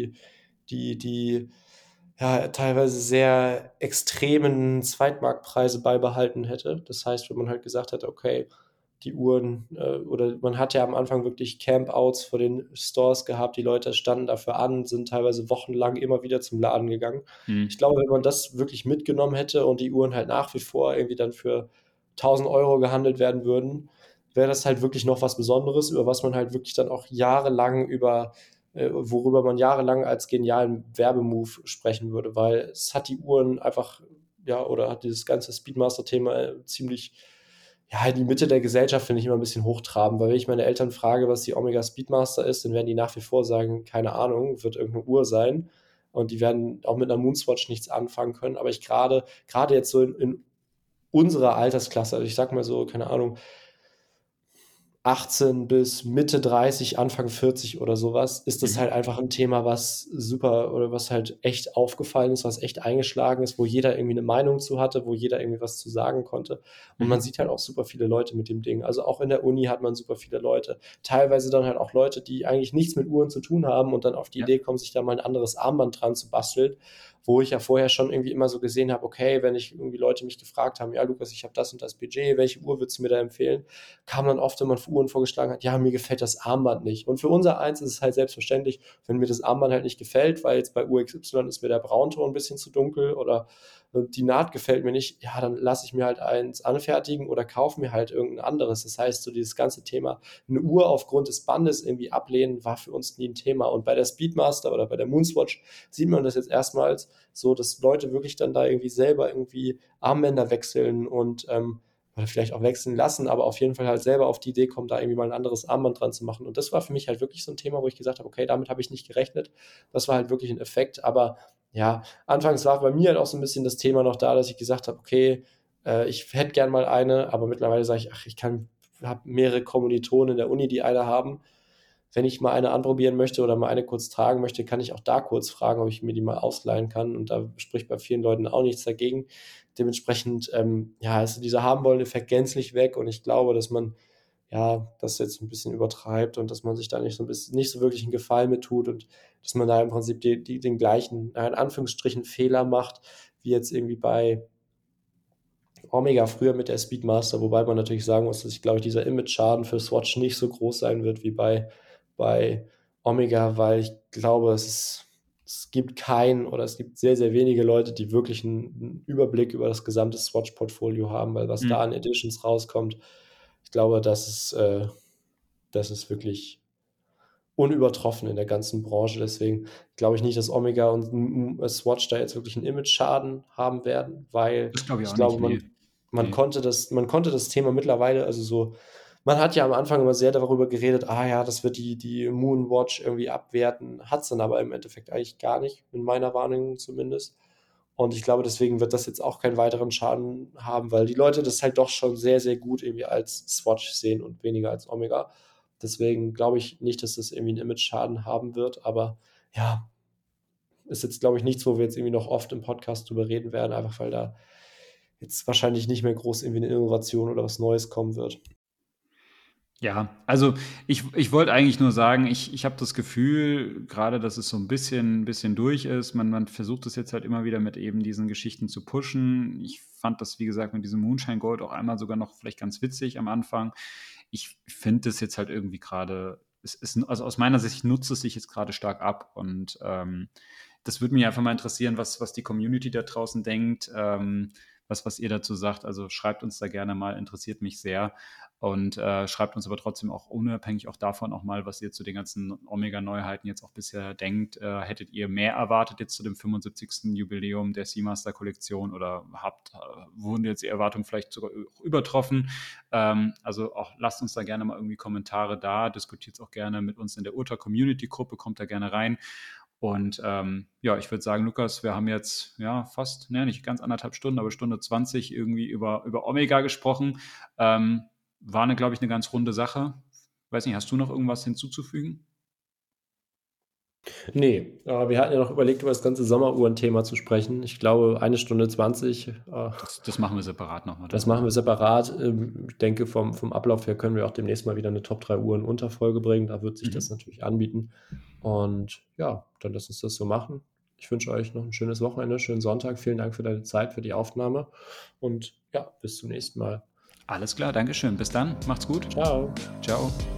die ja, teilweise sehr extremen Zweitmarktpreise beibehalten hätte. Das heißt, wenn man halt gesagt hätte: „Okay, die Uhren“ oder man hat ja am Anfang wirklich Campouts vor den Stores gehabt. Die Leute standen dafür an, sind teilweise wochenlang immer wieder zum Laden gegangen. Ich Hm. glaube, wenn man das wirklich mitgenommen hätte und die Uhren halt nach wie vor irgendwie dann für 1.000 € gehandelt werden würden, wäre das halt wirklich noch was Besonderes, über was man halt wirklich dann auch jahrelang worüber man jahrelang als genialen Werbemove sprechen würde, weil es hat die Uhren einfach, ja, oder hat dieses ganze Speedmaster-Thema ziemlich, ja, in die Mitte der Gesellschaft, finde ich, immer ein bisschen hochtrabend, weil wenn ich meine Eltern frage, was die Omega Speedmaster ist, dann werden die nach wie vor sagen, keine Ahnung, wird irgendeine Uhr sein. Und die werden auch mit einer Moonswatch nichts anfangen können. Aber gerade jetzt so in unserer Altersklasse, also ich sag mal so, keine Ahnung, 18 bis Mitte 30, Anfang 40 oder sowas, ist das halt Mhm. einfach ein Thema, was super oder was halt echt aufgefallen ist, was echt eingeschlagen ist, wo jeder irgendwie eine Meinung zu hatte, wo jeder irgendwie was zu sagen konnte. Und man Mhm. sieht halt auch super viele Leute mit dem Ding. Also, auch in der Uni hat man super viele Leute. Teilweise dann halt auch Leute, die eigentlich nichts mit Uhren zu tun haben und dann auf die Ja. Idee kommen, sich da mal ein anderes Armband dran zu basteln, wo ich ja vorher schon irgendwie immer so gesehen habe, okay, wenn ich irgendwie Leute mich gefragt haben: „Ja, Lukas, ich habe das und das Budget, welche Uhr würdest du mir da empfehlen?“ Kam dann oft, wenn man Uhren vorgeschlagen hat, ja, mir gefällt das Armband nicht. Und für unser eins ist es halt selbstverständlich, wenn mir das Armband halt nicht gefällt, weil jetzt bei Uhr XY ist mir der Braunton ein bisschen zu dunkel oder die Naht gefällt mir nicht, ja, dann lasse ich mir halt eins anfertigen oder kaufe mir halt irgendein anderes. Das heißt, so dieses ganze Thema, eine Uhr aufgrund des Bandes irgendwie ablehnen, war für uns nie ein Thema. Und bei der Speedmaster oder bei der Moonswatch sieht man das jetzt erstmals so, dass Leute wirklich dann da irgendwie selber irgendwie Armbänder wechseln und oder vielleicht auch wechseln lassen, aber auf jeden Fall halt selber auf die Idee kommen, da irgendwie mal ein anderes Armband dran zu machen. Und das war für mich halt wirklich so ein Thema, wo ich gesagt habe, okay, damit habe ich nicht gerechnet. Das war halt wirklich ein Effekt. Aber ja, anfangs war bei mir halt auch so ein bisschen das Thema noch da, dass ich gesagt habe, okay, ich hätte gern mal eine, aber mittlerweile sage ich, ach, habe mehrere Kommilitonen in der Uni, die eine haben. Wenn ich mal eine anprobieren möchte oder mal eine kurz tragen möchte, kann ich auch da kurz fragen, ob ich mir die mal ausleihen kann. Und da spricht bei vielen Leuten auch nichts dagegen. Dementsprechend, ja, ist dieser Haben-Wollen-Effekt gänzlich weg. Und ich glaube, dass man ja das jetzt ein bisschen übertreibt und dass man sich da nicht so wirklich einen Gefallen mit tut und dass man da im Prinzip den gleichen, in Anführungsstrichen, Fehler macht, wie jetzt irgendwie bei Omega früher mit der Speedmaster, wobei man natürlich sagen muss, dass ich glaube, dieser Image-Schaden für Swatch nicht so groß sein wird wie bei Omega, weil ich glaube, es gibt keinen oder es gibt sehr, sehr wenige Leute, die wirklich einen Überblick über das gesamte Swatch-Portfolio haben, weil was da Mhm. an Editions rauskommt, ich glaube, das ist wirklich unübertroffen in der ganzen Branche. Deswegen glaube ich nicht, dass Omega und Swatch da jetzt wirklich einen Image-Schaden haben werden, weil Das glaube ich ich auch nicht, glaube, ne. Ne. man konnte das Thema mittlerweile, also so, man hat ja am Anfang immer sehr darüber geredet, ah ja, das wird die Moonwatch irgendwie abwerten, hat es dann aber im Endeffekt eigentlich gar nicht, in meiner Wahrnehmung zumindest. Und ich glaube, deswegen wird das jetzt auch keinen weiteren Schaden haben, weil die Leute das halt doch schon sehr, sehr gut irgendwie als Swatch sehen und weniger als Omega. Deswegen glaube ich nicht, dass das irgendwie einen Image-Schaden haben wird, aber ja, ist jetzt, glaube ich, nichts, wo wir jetzt irgendwie noch oft im Podcast drüber reden werden, einfach weil da jetzt wahrscheinlich nicht mehr groß irgendwie eine Innovation oder was Neues kommen wird. Ja, also ich wollte eigentlich nur sagen, ich habe das Gefühl, gerade, dass es so ein bisschen durch ist. Man versucht es jetzt halt immer wieder mit eben diesen Geschichten zu pushen. Ich fand das, wie gesagt, mit diesem Moonshine Gold auch einmal sogar noch vielleicht ganz witzig am Anfang. Ich finde das jetzt halt irgendwie gerade, also aus meiner Sicht nutzt es sich jetzt gerade stark ab und das würde mich einfach mal interessieren, was die Community da draußen denkt, was ihr dazu sagt. Also schreibt uns da gerne mal, interessiert mich sehr. Und schreibt uns aber trotzdem auch unabhängig auch davon auch mal, was ihr zu den ganzen Omega-Neuheiten jetzt auch bisher denkt. Hättet ihr mehr erwartet jetzt zu dem 75. Jubiläum der Seamaster-Kollektion oder wurden jetzt die Erwartungen vielleicht sogar übertroffen? Also auch lasst uns da gerne mal irgendwie Kommentare da, diskutiert es auch gerne mit uns in der Urta-Community-Gruppe, kommt da gerne rein. Und ja, ich würde sagen, Lukas, wir haben jetzt ja fast, ne, nicht ganz 1,5 Stunden, aber Stunde 20 irgendwie über Omega gesprochen. War, glaube ich, eine ganz runde Sache. Weiß nicht, hast du noch irgendwas hinzuzufügen? Nee, wir hatten ja noch überlegt, über das ganze Sommeruhren-Thema zu sprechen. Ich glaube, 1 Stunde 20, Das machen wir separat nochmal das dann. machen wir separat. Ich denke, vom Ablauf her können wir auch demnächst mal wieder eine Top 3 Uhren Unterfolge bringen. Da wird sich das Mhm. natürlich anbieten. Und ja, dann lass uns das so machen. Ich wünsche euch noch ein schönes Wochenende, schönen Sonntag. Vielen Dank für deine Zeit, für die Aufnahme. Und ja, bis zum nächsten Mal. Alles klar, Dankeschön. Bis dann. Macht's gut. Ciao. Ciao.